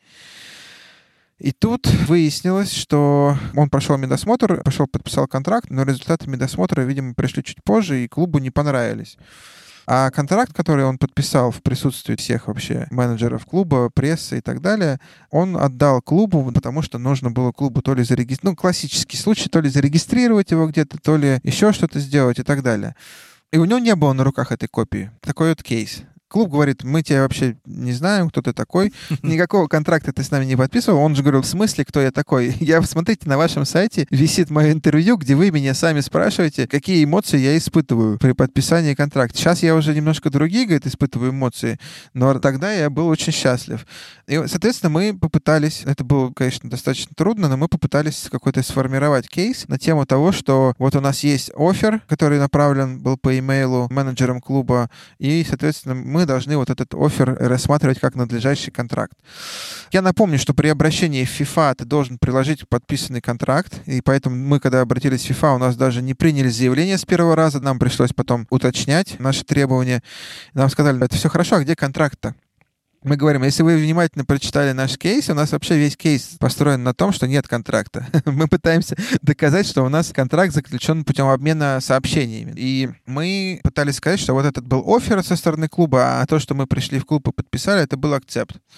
И тут выяснилось, что он прошел медосмотр, пошел подписал контракт, но результаты медосмотра, видимо, пришли чуть позже, и клубу не понравились. А контракт, который он подписал в присутствии всех вообще менеджеров клуба, прессы и так далее, он отдал клубу, потому что нужно было клубу то ли зарегистрировать, ну, классический случай, то ли зарегистрировать его где-то, то ли еще что-то сделать и так далее. И у него не было на руках этой копии. Такой вот кейс. Клуб говорит: мы тебя вообще не знаем, кто ты такой. Никакого контракта ты с нами не подписывал. Он же говорил: в смысле, кто я такой? Я, смотрите, на вашем сайте висит мое интервью, где вы меня сами спрашиваете, какие эмоции я испытываю при подписании контракта. Сейчас я уже немножко другие, говорит, испытываю эмоции, но тогда я был очень счастлив. И, соответственно, мы попытались, это было, конечно, достаточно трудно, но мы попытались какой-то сформировать кейс на тему того, что вот у нас есть оффер, который направлен был по имейлу менеджерам клуба, и, соответственно, мы должны вот этот оффер рассматривать как надлежащий контракт. Я напомню, что при обращении в FIFA ты должен приложить подписанный контракт, и поэтому мы, когда обратились в FIFA, у нас даже не приняли заявление с первого раза, нам пришлось потом уточнять наши требования. Нам сказали: это все хорошо, а где контракт-то? Мы говорим: если вы внимательно прочитали наш кейс, у нас вообще весь кейс построен на том, что нет контракта. Мы пытаемся доказать, что у нас контракт заключен путем обмена сообщениями. И мы пытались сказать, что вот этот был оффер со стороны клуба, а то, что мы пришли в клуб и подписали, это был акцепт.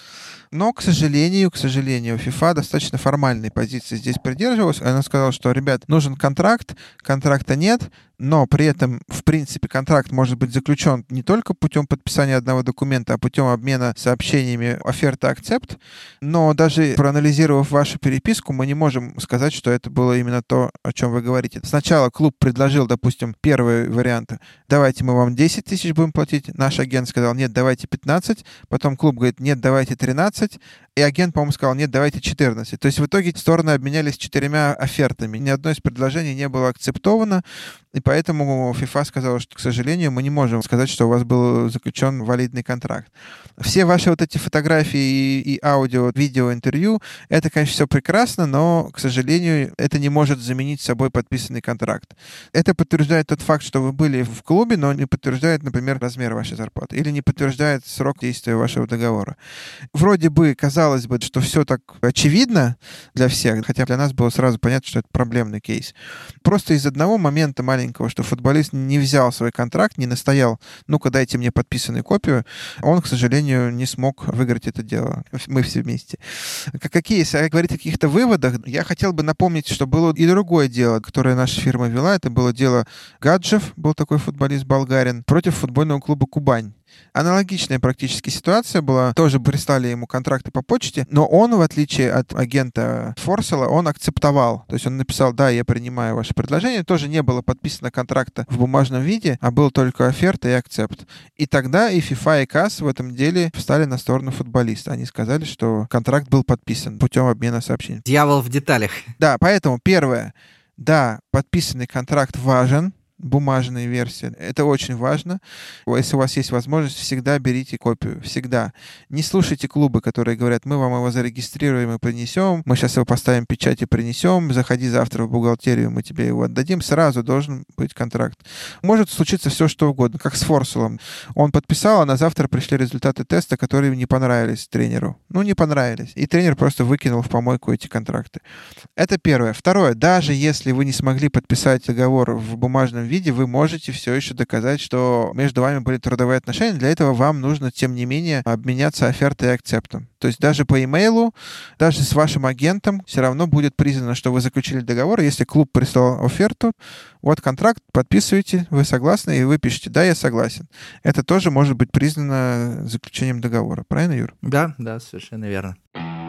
Но, к сожалению, к сожалению, FIFA достаточно формальной позиции здесь придерживалась. Она сказала, что, ребят, нужен контракт, контракта нет, но при этом, в принципе, контракт может быть заключен не только путем подписания одного документа, а путем обмена сообщениями оферта-акцепт. Но даже проанализировав вашу переписку, мы не можем сказать, что это было именно то, о чем вы говорите. Сначала клуб предложил, допустим, первый вариант. Давайте мы вам десять тысяч будем платить. Наш агент сказал, нет, давайте пятнадцать. Потом клуб говорит, нет, давайте тринадцать. И агент, по-моему, сказал, нет, давайте четырнадцать. То есть в итоге стороны обменялись четырьмя офертами. Ни одно из предложений не было акцептовано. И поэтому FIFA сказала, что, к сожалению, мы не можем сказать, что у вас был заключен валидный контракт. Все ваши вот эти фотографии и, и аудио, видео, интервью, это, конечно, все прекрасно, но, к сожалению, это не может заменить собой подписанный контракт. Это подтверждает тот факт, что вы были в клубе, но не подтверждает, например, размер вашей зарплаты или не подтверждает срок действия вашего договора. Вроде бы, казалось бы, что все так очевидно для всех, хотя для нас было сразу понятно, что это проблемный кейс. Просто из одного момента маленького, что футболист не взял свой контракт, не настоял, ну-ка дайте мне подписанную копию, он, к сожалению, не смог выиграть это дело. Мы все вместе. Какие, если говорить о каких-то выводах, я хотел бы напомнить, что было и другое дело, которое наша фирма вела. Это было дело Гаджев, был такой футболист болгарин, против футбольного клуба «Кубань». Аналогичная практически ситуация была. Тоже прислали ему контракты по почте, но он, в отличие от агента Форсела, он акцептовал. То есть он написал, да, я принимаю ваше предложение. Тоже не было подписано контракта в бумажном виде, а был только оферта и акцепт. И тогда и FIFA, и КАС в этом деле встали на сторону футболиста. Они сказали, что контракт был подписан путем обмена сообщений. Дьявол в деталях. Да, поэтому первое. Да, подписанный контракт важен. Бумажная версия. Это очень важно. Если у вас есть возможность, всегда берите копию. Всегда. Не слушайте клубы, которые говорят, мы вам его зарегистрируем и принесем, мы сейчас его поставим печать и принесем, заходи завтра в бухгалтерию, мы тебе его отдадим. Сразу должен быть контракт. Может случиться все, что угодно, как с Форселом. Он подписал, а на завтра пришли результаты теста, которые не понравились тренеру. Ну, не понравились. И тренер просто выкинул в помойку эти контракты. Это первое. Второе. Даже если вы не смогли подписать договор в бумажном виде, вы можете все еще доказать, что между вами были трудовые отношения. Для этого вам нужно, тем не менее, обменяться офертой и акцептом. То есть даже по имейлу, даже с вашим агентом все равно будет признано, что вы заключили договор. Если клуб прислал оферту, вот контракт, подписываете, вы согласны, и вы пишете «да, я согласен». Это тоже может быть признано заключением договора. Правильно, Юр? Да, да, совершенно верно.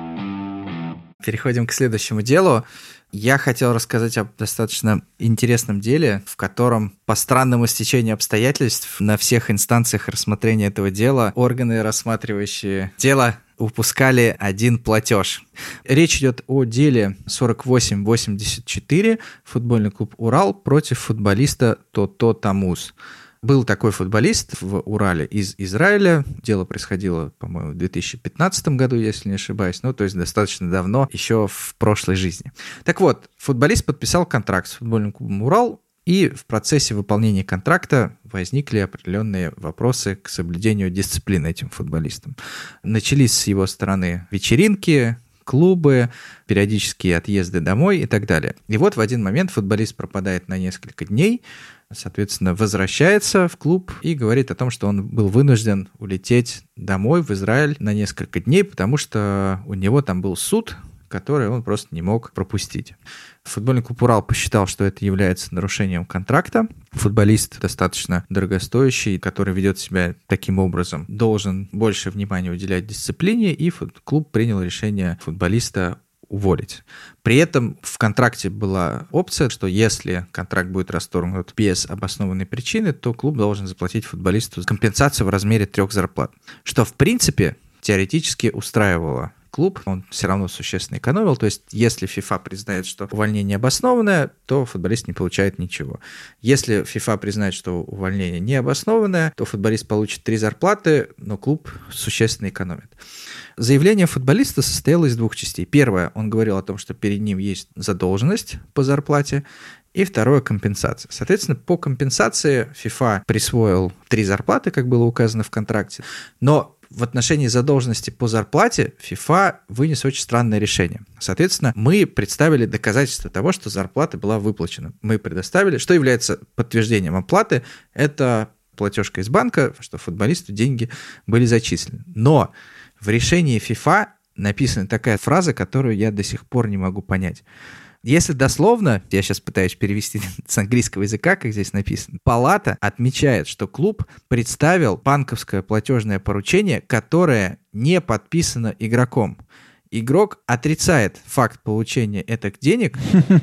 Переходим к следующему делу. Я хотел рассказать об достаточно интересном деле, в котором по странному стечению обстоятельств на всех инстанциях рассмотрения этого дела органы, рассматривающие дело, упускали один платеж. Речь идет о деле сорок восемь восемьдесят четыре, футбольный клуб «Урал» против футболиста Тото Тамуз. Был такой футболист в Урале из Израиля. Дело происходило, по-моему, в две тысячи пятнадцатом году, если не ошибаюсь. Ну, то есть достаточно давно, еще в прошлой жизни. Так вот, футболист подписал контракт с футбольным клубом «Урал», и в процессе выполнения контракта возникли определенные вопросы к соблюдению дисциплины этим футболистам. Начались с его стороны вечеринки, клубы, периодические отъезды домой и так далее. И вот в один момент футболист пропадает на несколько дней, соответственно, возвращается в клуб и говорит о том, что он был вынужден улететь домой в Израиль на несколько дней, потому что у него там был суд, который он просто не мог пропустить. Футбольный клуб «Урал» посчитал, что это является нарушением контракта. Футболист достаточно дорогостоящий, который ведет себя таким образом, должен больше внимания уделять дисциплине, и клуб принял решение футболиста уволить. При этом в контракте была опция, что если контракт будет расторгнут без обоснованной причины, то клуб должен заплатить футболисту компенсацию в размере трех зарплат, что в принципе теоретически устраивало клуб, он все равно существенно экономил, то есть если FIFA признает, что увольнение обоснованное, то футболист не получает ничего. Если FIFA признает, что увольнение не обоснованное, то футболист получит три зарплаты, но клуб существенно экономит. Заявление футболиста состояло из двух частей. Первое, он говорил о том, что перед ним есть задолженность по зарплате, и второе – компенсация. Соответственно, по компенсации FIFA присвоил три зарплаты, как было указано в контракте, но в отношении задолженности по зарплате FIFA вынес очень странное решение. Соответственно, мы представили доказательства того, что зарплата была выплачена. Мы предоставили, что является подтверждением оплаты, это платежка из банка, что футболисту деньги были зачислены. Но В решении FIFA написана такая фраза, которую я до сих пор не могу понять. Если дословно, я сейчас пытаюсь перевести с английского языка, как здесь написано, палата отмечает, что клуб представил банковское платежное поручение, которое не подписано игроком. Игрок отрицает факт получения этих денег.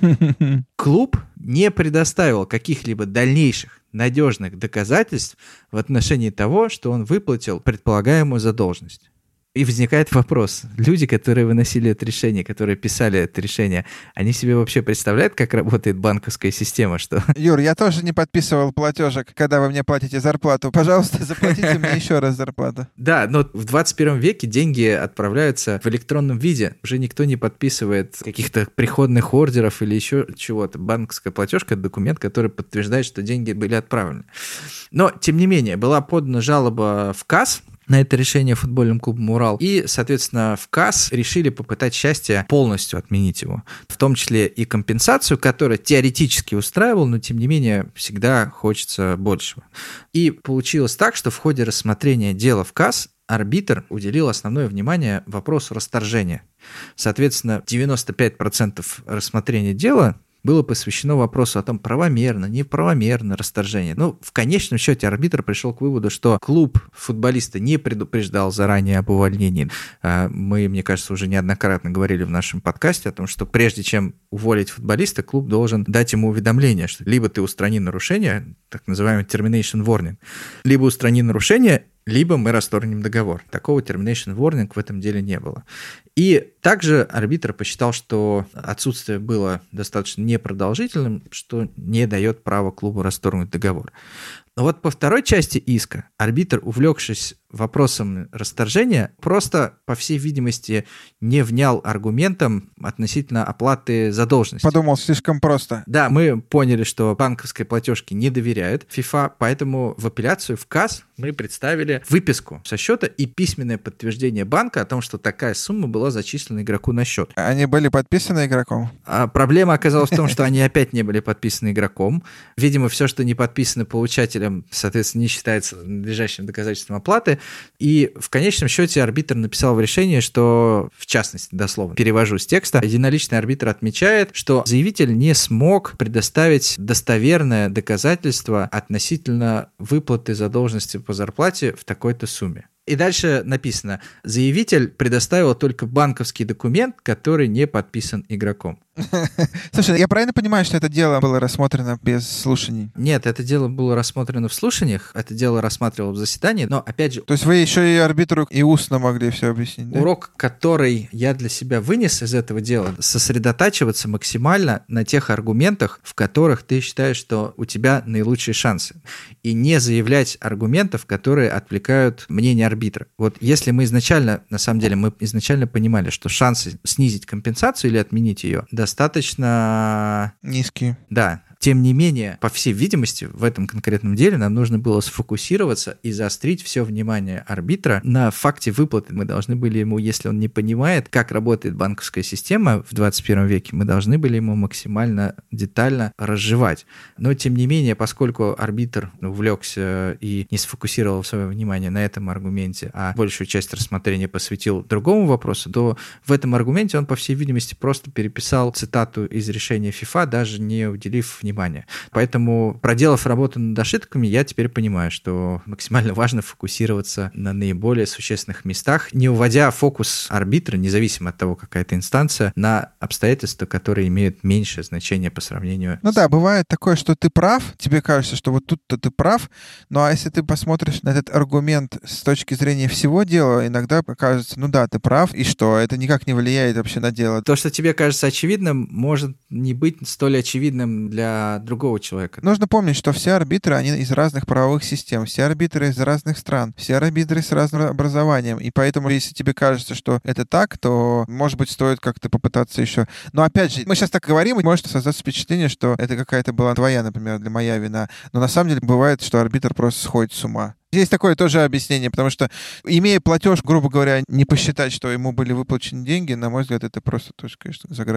Клуб не предоставил каких-либо дальнейших надежных доказательств в отношении того, что он выплатил предполагаемую задолженность. И возникает вопрос, люди, которые выносили это решение, которые писали это решение, они себе вообще представляют, как работает банковская система? Что... Юр, я тоже не подписывал платежек, когда вы мне платите зарплату. Пожалуйста, заплатите мне еще раз зарплату. Да, но в двадцать первом веке деньги отправляются в электронном виде. Уже никто не подписывает каких-то приходных ордеров или еще чего-то. Банковская платежка — это документ, который подтверждает, что деньги были отправлены. Но, тем не менее, была подана жалоба в КАС на это решение футбольным клубом «Урал». И, соответственно, в КАС решили попытать счастье полностью отменить его. В том числе и компенсацию, которая теоретически устраивала, но, тем не менее, всегда хочется большего. И получилось так, что в ходе рассмотрения дела в КАС арбитр уделил основное внимание вопросу расторжения. Соответственно, девяносто пять процентов рассмотрения дела было посвящено вопросу о том, правомерно, неправомерно расторжение. Ну, в конечном счете арбитр пришел к выводу, что клуб футболиста не предупреждал заранее об увольнении. Мы, мне кажется, уже неоднократно говорили в нашем подкасте о том, что прежде чем уволить футболиста, клуб должен дать ему уведомление, что либо ты устрани нарушение, так называемый termination warning, либо устрани нарушение, либо мы расторгнем договор. Такого termination warning в этом деле не было. И также арбитр посчитал, что отсутствие было достаточно непродолжительным, что не дает права клубу расторгнуть договор. Но вот по второй части иска арбитр, увлекшись вопросом расторжения, просто, по всей видимости, не внял аргументам относительно оплаты задолженности. Подумал, слишком просто. Да, мы поняли, что банковской платежке не доверяют FIFA, поэтому в апелляцию в КАС мы представили выписку со счета и письменное подтверждение банка о том, что такая сумма была зачислена игроку на счет. Они были подписаны игроком? А проблема оказалась в том, что они опять не были подписаны игроком. Видимо, все, что не подписано получателем, соответственно, не считается надлежащим доказательством оплаты. И в конечном счете арбитр написал в решении, что, в частности, дословно перевожу с текста, единоличный арбитр отмечает, что заявитель не смог предоставить достоверное доказательство относительно выплаты задолженности по зарплате в такой-то сумме. И дальше написано: заявитель предоставил только банковский документ, который не подписан игроком. Слушай, я правильно понимаю, что это дело было рассмотрено без слушаний? Нет, это дело было рассмотрено в слушаниях, это дело рассматривалось в заседании, но, опять же... То есть вы еще и арбитру и устно могли все объяснить, да? Урок, который я для себя вынес из этого дела, сосредотачиваться максимально на тех аргументах, в которых ты считаешь, что у тебя наилучшие шансы, и не заявлять аргументов, которые отвлекают мнение арбитра. Вот если мы изначально, на самом деле, мы изначально понимали, что шансы снизить компенсацию или отменить ее достаточно... низкие. Да. Тем не менее, по всей видимости, в этом конкретном деле нам нужно было сфокусироваться и заострить все внимание арбитра на факте выплаты. Мы должны были ему, если он не понимает, как работает банковская система в двадцать первом веке, мы должны были ему максимально детально разжевать. Но, тем не менее, поскольку арбитр увлекся и не сфокусировал свое внимание на этом аргументе, а большую часть рассмотрения посвятил другому вопросу, то в этом аргументе он, по всей видимости, просто переписал цитату из решения FIFA, даже не уделив внимания. Поэтому, проделав работу над ошибками, я теперь понимаю, что максимально важно фокусироваться на наиболее существенных местах, не уводя фокус арбитра, независимо от того, какая это инстанция, на обстоятельства, которые имеют меньшее значение по сравнению... Ну с... да, бывает такое, что ты прав, тебе кажется, что вот тут-то ты прав, ну а если ты посмотришь на этот аргумент с точки зрения всего дела, иногда покажется, ну да, ты прав, и что? Это никак не влияет вообще на дело. То, что тебе кажется очевидным, может не быть столь очевидным для другого человека. Нужно помнить, что все арбитры, они из разных правовых систем, все арбитры из разных стран, все арбитры с разным образованием, и поэтому, если тебе кажется, что это так, то, может быть, стоит как-то попытаться еще. Но, опять же, мы сейчас так говорим, и может создаться впечатление, что это какая-то была твоя, например, для моя вина, но на самом деле бывает, что арбитр просто сходит с ума. Здесь такое тоже объяснение, потому что, имея платеж, грубо говоря, не посчитать, что ему были выплачены деньги, на мой взгляд, это просто тоже, конечно, за гранью.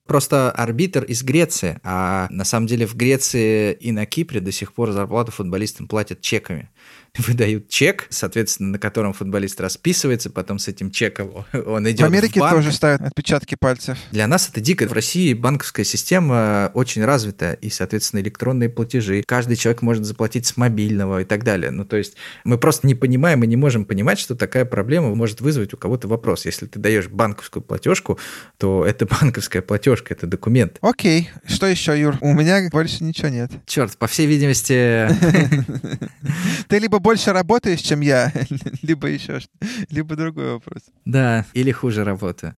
Просто арбитр из Греции, а на самом деле в Греции и на Кипре до сих пор зарплату футболистам платят чеками. Выдают чек, соответственно, на котором футболист расписывается, потом с этим чеком он идет в банк. В Америке тоже ставят отпечатки пальцев. Для нас это дико. В России банковская система очень развита, и, соответственно, электронные платежи. Каждый человек может заплатить с мобильного и так далее. Ну, то есть мы просто не понимаем и не можем понимать, что такая проблема может вызвать у кого-то вопрос. Если ты даешь банковскую платежку, то это банковская платежка, это документ. Окей. Что еще, Юр? У меня больше ничего нет. Черт, по всей видимости... Ты либо больше работаешь, чем я, либо еще что либо другой вопрос. Да, или хуже работаю.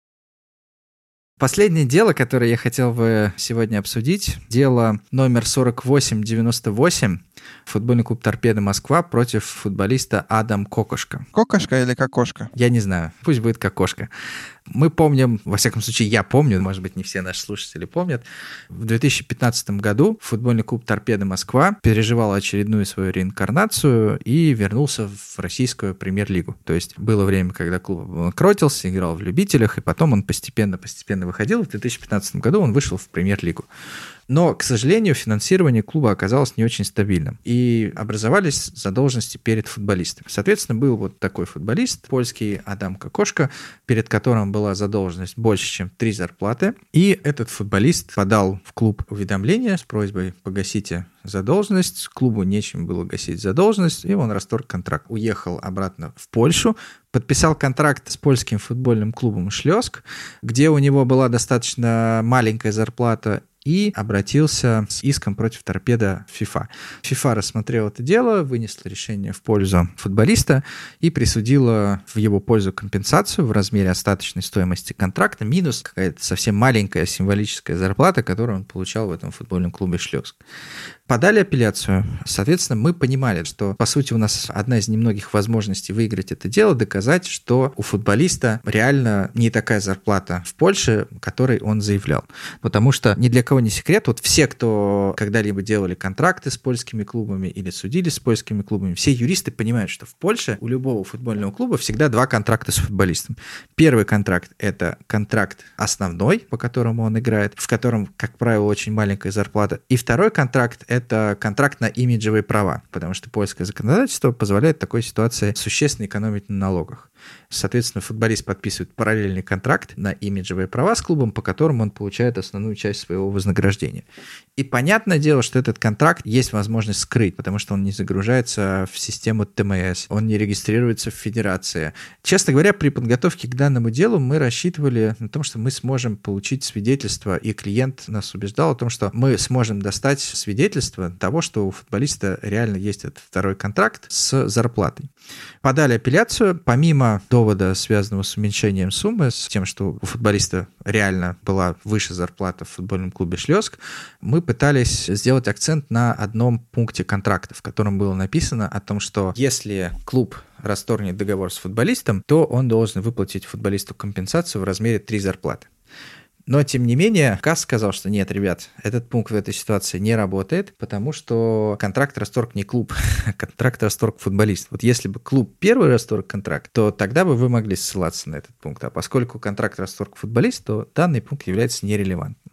Последнее дело, которое я хотел бы сегодня обсудить, дело номер сорок восемь девяносто восемь, футбольный клуб «Торпедо Москва» против футболиста Адам Кокошка. Кокошка или кокошка? Я не знаю, пусть будет кокошка. Мы помним, во всяком случае, я помню, может быть, не все наши слушатели помнят, в две тысячи пятнадцатом году футбольный клуб «Торпедо Москва» переживал очередную свою реинкарнацию и вернулся в российскую премьер-лигу. То есть было время, когда клуб банкротился, играл в любителях, и потом он постепенно-постепенно выходил. В две тысячи пятнадцатом году он вышел в премьер-лигу. Но, к сожалению, финансирование клуба оказалось не очень стабильным. И образовались задолженности перед футболистами. Соответственно, был вот такой футболист, польский Адам Кокошка, перед которым была задолженность больше, чем три зарплаты. И этот футболист подал в клуб уведомление с просьбой «погасите задолженность». Клубу нечем было гасить задолженность, и он расторг контракт. Уехал обратно в Польшу, подписал контракт с польским футбольным клубом «Шлёск», где у него была достаточно маленькая зарплата, и обратился с иском против торпедо в ФИФА. ФИФА рассмотрела это дело, вынесла решение в пользу футболиста и присудила в его пользу компенсацию в размере остаточной стоимости контракта минус какая-то совсем маленькая символическая зарплата, которую он получал в этом футбольном клубе «Шлёск». Подали апелляцию. Соответственно, мы понимали, что, по сути, у нас одна из немногих возможностей выиграть это дело, доказать, что у футболиста реально не такая зарплата в Польше, которой он заявлял. Потому что ни для кого не секрет, вот все, кто когда-либо делали контракты с польскими клубами или судились с польскими клубами, все юристы понимают, что в Польше у любого футбольного клуба всегда два контракта с футболистом. Первый контракт – это контракт основной, по которому он играет, в котором, как правило, очень маленькая зарплата. И второй контракт – это контракт на имиджевые права, потому что польское законодательство позволяет в такой ситуации существенно экономить на налогах. Соответственно, футболист подписывает параллельный контракт на имиджевые права с клубом, по которому он получает основную часть своего вознаграждения. И понятное дело, что этот контракт есть возможность скрыть, потому что он не загружается в систему ТМС, он не регистрируется в федерации. Честно говоря, при подготовке к данному делу мы рассчитывали на том, что мы сможем получить свидетельство, и клиент нас убеждал о том, что мы сможем достать свидетельство того, что у футболиста реально есть этот второй контракт с зарплатой. Подали апелляцию, помимо довода, связанного с уменьшением суммы, с тем, что у футболиста реально была выше зарплата в футбольном клубе «Шлёск», мы пытались сделать акцент на одном пункте контракта, в котором было написано о том, что если клуб расторгнет договор с футболистом, то он должен выплатить футболисту компенсацию в размере три зарплаты. Но, тем не менее, КАС сказал, что нет, ребят, этот пункт в этой ситуации не работает, потому что контракт расторг не клуб, а контракт расторг футболист. Вот если бы клуб первый расторг контракт, то тогда бы вы могли ссылаться на этот пункт. А поскольку контракт расторг футболист, то данный пункт является нерелевантным.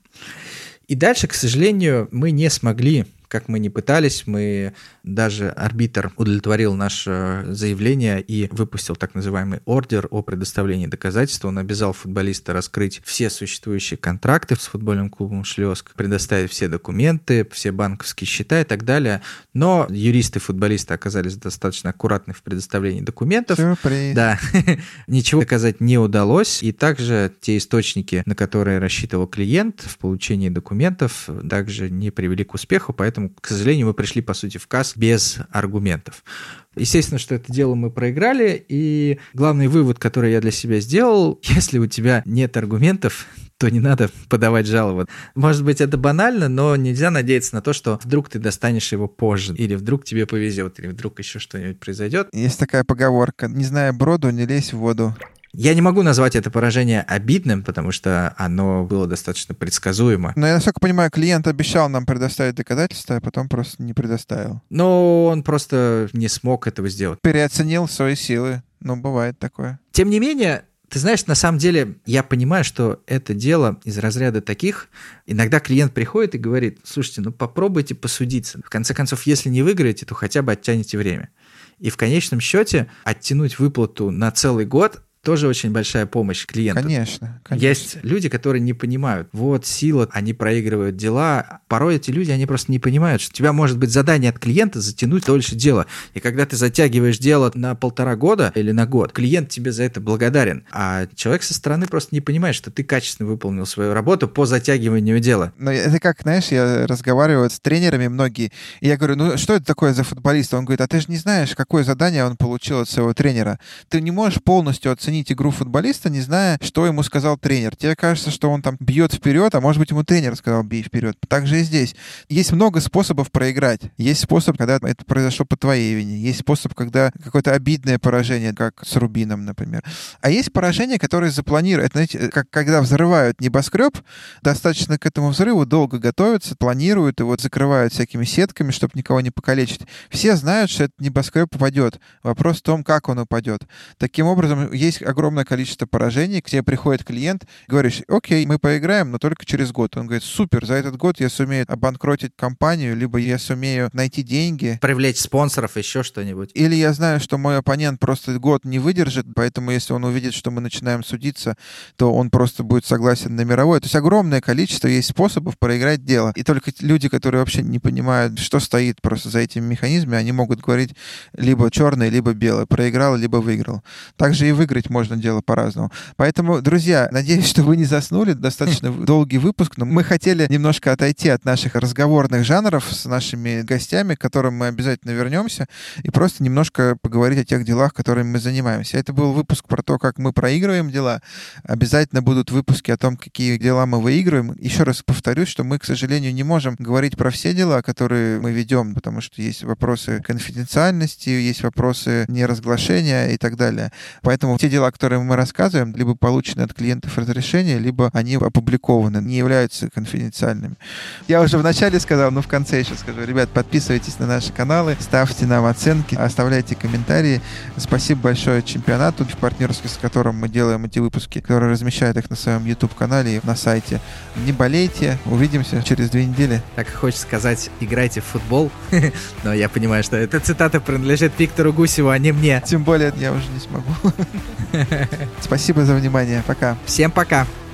И дальше, к сожалению, мы не смогли, как мы не пытались, мы даже арбитр удовлетворил наше заявление и выпустил так называемый ордер о предоставлении доказательств. Он обязал футболиста раскрыть все существующие контракты с футбольным клубом «Шлёск», предоставить все документы, все банковские счета и так далее. Но юристы футболиста оказались достаточно аккуратны в предоставлении документов. Сюрприз. Да, ничего доказать не удалось. И также те источники, на которые рассчитывал клиент в получении документов, также не привели к успеху, поэтому, к сожалению, мы пришли, по сути, в КАС без аргументов. Естественно, что это дело мы проиграли, и главный вывод, который я для себя сделал, если у тебя нет аргументов, то не надо подавать жалобу. Может быть, это банально, но нельзя надеяться на то, что вдруг ты достанешь его позже, или вдруг тебе повезет, или вдруг еще что-нибудь произойдет. Есть такая поговорка: не зная броду, не лезь в воду. Я не могу назвать это поражение обидным, потому что оно было достаточно предсказуемо. Но я, насколько понимаю, клиент обещал нам предоставить доказательства, а потом просто не предоставил. Но он просто не смог этого сделать. Переоценил свои силы. Ну, бывает такое. Тем не менее, Ты знаешь, на самом деле я понимаю, что это дело из разряда таких. Иногда клиент приходит и говорит: слушайте, ну попробуйте посудиться. В конце концов, если не выиграете, то хотя бы оттяните время. И в конечном счете оттянуть выплату на целый год тоже очень большая помощь клиенту. Конечно, конечно. Есть люди, которые не понимают. Вот сила, они проигрывают дела. Порой эти люди, они просто не понимают, что у тебя может быть задание от клиента затянуть дольше дела. И когда ты затягиваешь дело на полтора года или на год, клиент тебе за это благодарен. А человек со стороны просто не понимает, что ты качественно выполнил свою работу по затягиванию дела. Но это как, знаешь, я разговариваю с тренерами многие, и я говорю: ну что это такое за футболист? Он говорит: а ты же не знаешь, какое задание он получил от своего тренера. Ты не можешь полностью оценить игру футболиста, не зная, что ему сказал тренер. Тебе кажется, что он там бьет вперед, а может быть, ему тренер сказал: бей вперед. Так же и здесь. Есть много способов проиграть. Есть способ, когда это произошло по твоей вине. Есть способ, когда какое-то обидное поражение, как с Рубином, например. А есть поражения, которые запланируют. Знаете, как когда взрывают небоскреб, достаточно к этому взрыву долго готовятся, планируют его, закрывают всякими сетками, чтобы никого не покалечить. Все знают, что этот небоскреб упадет. Вопрос в том, как он упадет. Таким образом, есть огромное количество поражений. К тебе приходит клиент, говоришь: окей, мы поиграем, но только через год. Он говорит: супер, за этот год я сумею обанкротить компанию, либо я сумею найти деньги. Привлечь спонсоров, еще что-нибудь. Или я знаю, что мой оппонент просто год не выдержит, поэтому если он увидит, что мы начинаем судиться, то он просто будет согласен на мировой. То есть огромное количество есть способов проиграть дело. И только люди, которые вообще не понимают, что стоит просто за этими механизмами, они могут говорить либо черное, либо белое. Проиграл, либо выиграл. Также и выиграть можно дело по-разному. Поэтому, друзья, надеюсь, что вы не заснули. Достаточно долгий выпуск, но мы хотели немножко отойти от наших разговорных жанров с нашими гостями, к которым мы обязательно вернемся, и просто немножко поговорить о тех делах, которыми мы занимаемся. Это был выпуск про то, как мы проигрываем дела. Обязательно будут выпуски о том, какие дела мы выигрываем. Еще раз повторюсь, что мы, к сожалению, не можем говорить про все дела, которые мы ведем, потому что есть вопросы конфиденциальности, есть вопросы неразглашения и так далее. Поэтому те дела, которые мы рассказываем, либо получены от клиентов разрешения, либо они опубликованы, не являются конфиденциальными. Я уже в начале сказал, но в конце еще скажу. Ребят, подписывайтесь на наши каналы, ставьте нам оценки, оставляйте комментарии. Спасибо большое чемпионату, в партнерстве с которым мы делаем эти выпуски, который размещает их на своем YouTube-канале и на сайте. Не болейте, увидимся через две недели. Так и хочется сказать: играйте в футбол, но я понимаю, что эта цитата принадлежит Виктору Гусеву, а не мне. Тем более я уже не смогу. Спасибо за внимание. Пока. Всем пока.